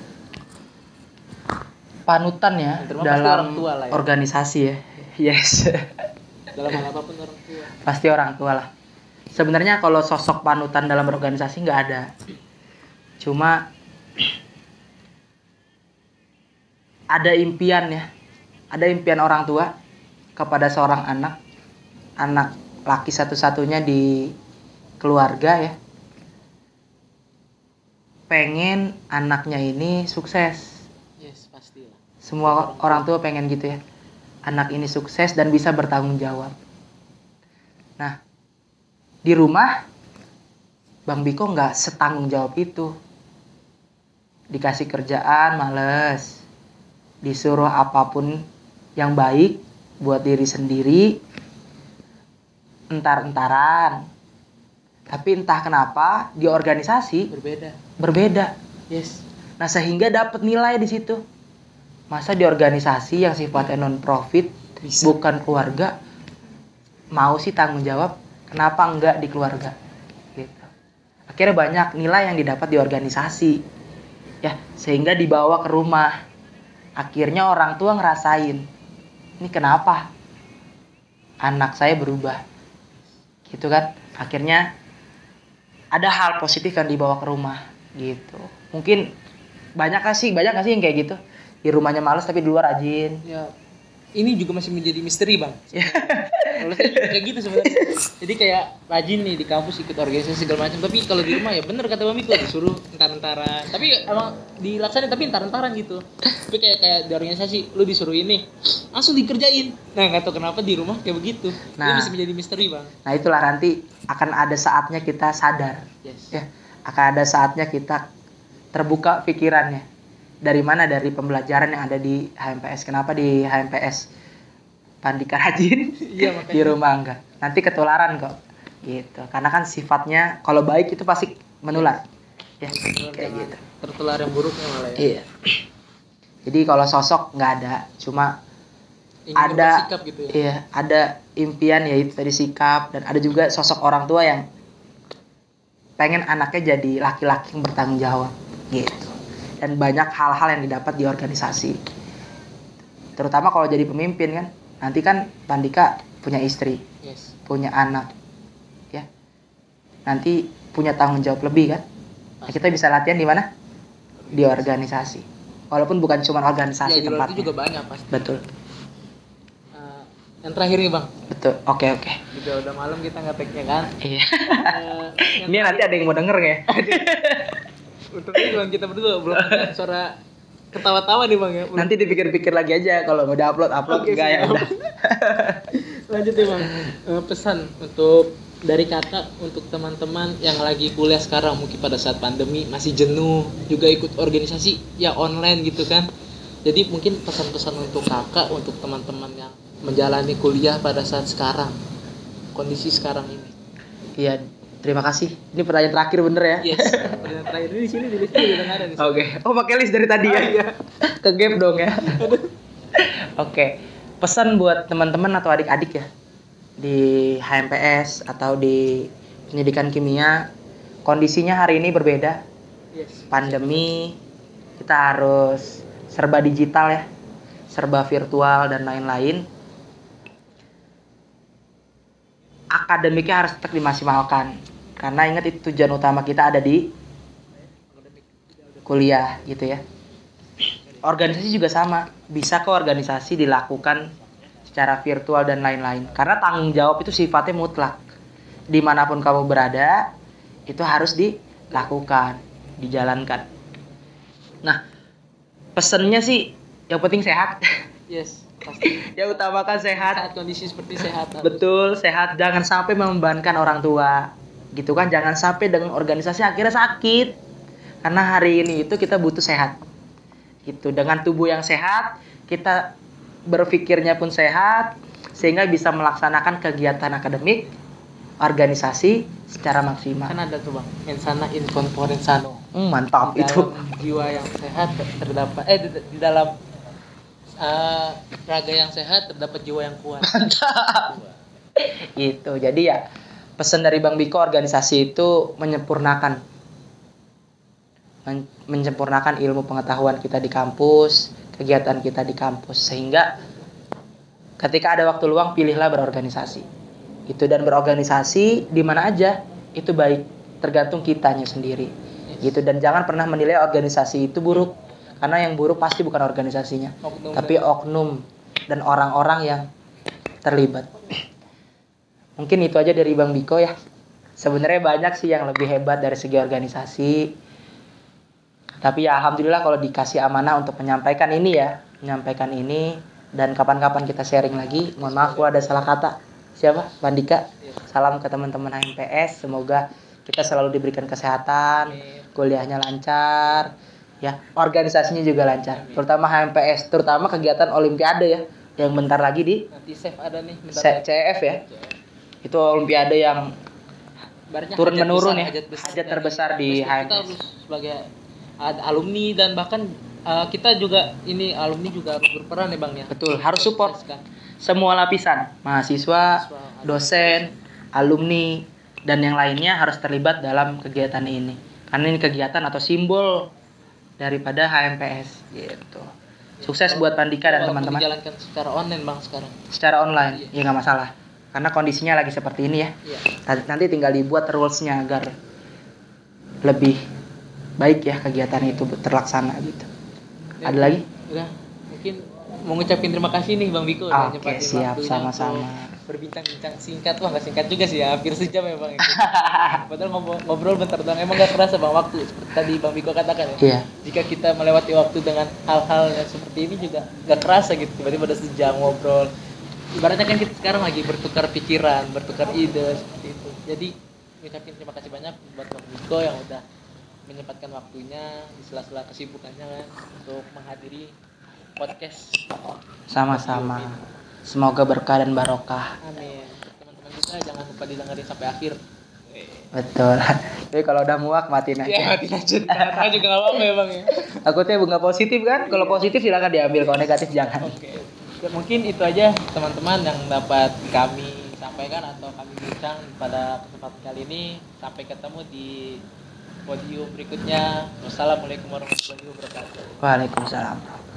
Panutan ya Yang terutama pasti dalam orang tua lah ya. organisasi ya. Yes. Dalam hal apapun orang tua. Pasti orang tua lah. Sebenarnya kalau sosok panutan dalam organisasi nggak ada. Cuma ada impian ya. Ada impian orang tua kepada seorang anak. Anak laki satu-satunya di keluarga ya. Pengen anaknya ini sukses. Yes, pastilah. Semua orang tua pengen gitu ya. Anak ini sukses dan bisa bertanggung jawab. Nah, di rumah Bang Biko nggak setanggung jawab itu. Dikasih kerjaan males, disuruh apapun yang baik buat diri sendiri, entar-entaran. Tapi entah kenapa di organisasi Berbeda. berbeda. Yes. Nah sehingga dapat nilai di situ. Masa di organisasi yang sifatnya non profit, Bisa. bukan keluarga, mau sih tanggung jawab, kenapa enggak di keluarga? Gitu. Akhirnya banyak nilai yang didapat di organisasi, ya sehingga dibawa ke rumah. Akhirnya orang tua ngerasain, ini kenapa anak saya berubah, gitu kan? Akhirnya ada hal positif yang dibawa ke rumah, gitu. Mungkin banyak gak sih, banyak gak sih yang kayak gitu? Di rumahnya malas tapi di luar rajin. Ya, ini juga masih menjadi misteri Bang. Kalau saya juga kayak gitu sebenarnya. Jadi kayak rajin nih di kampus ikut organisasi segala macam, tapi kalau di rumah ya bener kata Bang Miko disuruh entar-entaran. Tapi emang dilaksanain tapi entar-entaran gitu. Tapi kayak kayak di organisasi lu disuruh ini langsung dikerjain. Nah nggak tahu kenapa di rumah kayak begitu. Nah, itu masih menjadi misteri Bang. Nah itulah nanti akan ada saatnya kita sadar, Yes. ya akan ada saatnya kita terbuka pikirannya. Dari mana? Dari pembelajaran yang ada di H M P S. Kenapa di H M P S Pandika rajin, Iya makanya. di rumah enggak? Nanti ketularan kok, gitu. Karena kan sifatnya kalau baik itu pasti menular, ya kayak gitu. Tertular yang buruknya malah ya. Iya. Jadi kalau sosok nggak ada, cuma Ingin ada, bersikap gitu ya. iya, ada impian yaitu tadi sikap, dan ada juga sosok orang tua yang pengen anaknya jadi laki-laki yang bertanggung jawab, gitu. Dan banyak hal-hal yang didapat di organisasi. terutama kalau jadi pemimpin kan. Nanti kan Pandika punya istri, Yes. punya anak, ya. Nanti punya tanggung jawab lebih kan. Nah, kita bisa latihan di mana? Di organisasi. Walaupun bukan cuma organisasi Ya, di luar tempatnya. itu juga banyak pasti. Betul. Uh, yang terakhir nih bang, Betul. Oke, oke. udah udah malam kita ngeteknya kan. Iya. Uh, yang Ini nanti ada yang mau denger nggak ya? Untungnya cuma kita berdua belum ada suara ketawa-tawa nih bang ya. Belum. Nanti dipikir-pikir lagi aja kalau udah upload upload Oke, enggak ya siap. udah. Lanjut ya bang. Eh, pesan untuk dari kakak untuk teman-teman yang lagi kuliah sekarang mungkin pada saat pandemi masih jenuh juga ikut organisasi ya online gitu kan. Jadi mungkin pesan-pesan untuk kakak untuk teman-teman yang menjalani kuliah pada saat sekarang kondisi sekarang ini. Iya, terima kasih. Ini pertanyaan terakhir bener ya? Yes. Pertanyaan terakhir ini di sini di listnya udah ada nih. Oke. Oh, pakai list dari tadi ya? Iya. Ke gap dong ya. Oke. Pesan buat teman-teman atau adik-adik ya di H M P S atau di pendidikan kimia, kondisinya hari ini berbeda. Yes. Pandemi, kita harus serba digital ya, serba virtual dan lain-lain. Akademiknya harus tetap dimaksimalkan karena ingat itu tujuan utama kita ada di kuliah gitu ya. Organisasi juga sama, bisa ke organisasi dilakukan secara virtual dan lain-lain karena tanggung jawab itu sifatnya mutlak. Dimanapun kamu berada itu harus dilakukan, dijalankan. Nah, pesennya sih yang penting sehat. Yes, pasti. Yang utamakan sehat. Saat kondisi seperti sehat. harus. Betul, sehat. Jangan sampai membebankan orang tua. Gitu kan, jangan sampai dengan organisasi akhirnya sakit. Karena hari ini itu kita butuh sehat. Gitu, dengan tubuh yang sehat, kita berpikirnya pun sehat sehingga bisa melaksanakan kegiatan akademik, organisasi secara maksimal. Kan ada tuh bang, insana in corpore sano. Hmm, mantap Di itu. dalam jiwa yang sehat terdapat eh di, di dalam uh, raga yang sehat terdapat jiwa yang kuat. Gitu. Jadi ya, pesan dari Bang Biko, organisasi itu menyempurnakan men- menyempurnakan ilmu pengetahuan kita di kampus, kegiatan kita di kampus, sehingga ketika ada waktu luang pilihlah berorganisasi. Itu, dan berorganisasi di mana aja itu baik, tergantung kitanya sendiri. Gitu, dan jangan pernah menilai organisasi itu buruk, karena yang buruk pasti bukan organisasinya, Oknum tapi oknum dan orang-orang yang terlibat. Mungkin itu aja dari Bang Biko ya. Sebenarnya banyak sih yang lebih hebat dari segi organisasi. Tapi ya alhamdulillah kalau dikasih amanah untuk menyampaikan ini ya, menyampaikan ini, dan kapan-kapan kita sharing lagi. Mohon maaf kalau ada salah kata. Siapa? Pandika. Salam ke teman-teman H M P S. Semoga kita selalu diberikan kesehatan, kuliahnya lancar, ya, organisasinya juga lancar. Terutama H M P S, terutama kegiatan olimpiade ya, yang bentar lagi di Nanti save ada nih. bentar C- lagi. C F ya. Itu olimpiade yang Ibaratnya turun hajat menurun besar, ya, hajat besar, hajat terbesar di Terus H M P S. Kita harus sebagai ad- alumni dan bahkan uh, kita juga ini alumni juga harus berperan ya bang ya. Betul, harus support Kan. semua lapisan, mahasiswa, dosen, alumni, dan yang lainnya harus terlibat dalam kegiatan ini. Karena ini kegiatan atau simbol daripada H M P S gitu. Sukses buat Pandika dan Walaupun teman-teman. dijalankan secara online bang sekarang. Secara online, ya nggak masalah. Karena kondisinya lagi seperti ini ya. Iya. Nanti- Nanti tinggal dibuat rules-nya agar lebih baik ya kegiatan itu terlaksana gitu. Ada lagi? Udah, mungkin mau ngucapin terima kasih nih Bang Biko udah Oke, nyempatin siap, waktunya sama-sama. untuk berbincang-bincang singkat. Wah nggak singkat juga sih ya, hampir sejam ya Bang. Padahal ngobrol, ngobrol bentar doang, emang gak kerasa Bang waktu. Seperti tadi Bang Biko katakan ya, Iya. jika kita melewati waktu dengan hal-hal yang seperti ini juga gak kerasa gitu. Tiba-tiba udah sejam ngobrol. Ibaratnya kan kita sekarang lagi bertukar pikiran, bertukar ide seperti itu. Jadi ngucapin terima kasih banyak buat Bang Biko yang udah menyempatkan waktunya di sela-sela kesibukannya kan untuk menghadiri podcast. Sama-sama. Semoga berkah dan barokah. Amin. Teman-teman kita jangan lupa didengerin sampai akhir. Betul. Tapi kalau udah muak matiin aja. Ya, mati aja. Karena juga nggak apa-apa ya bang ya. Takutnya bunga positif kan? Kalau positif silakan diambil, kalau negatif jangan. Oke. Ya, mungkin itu aja teman-teman yang dapat kami sampaikan atau kami bincang pada kesempatan kali ini. Sampai ketemu di podium berikutnya. Wassalamualaikum warahmatullahi wabarakatuh. Waalaikumsalam.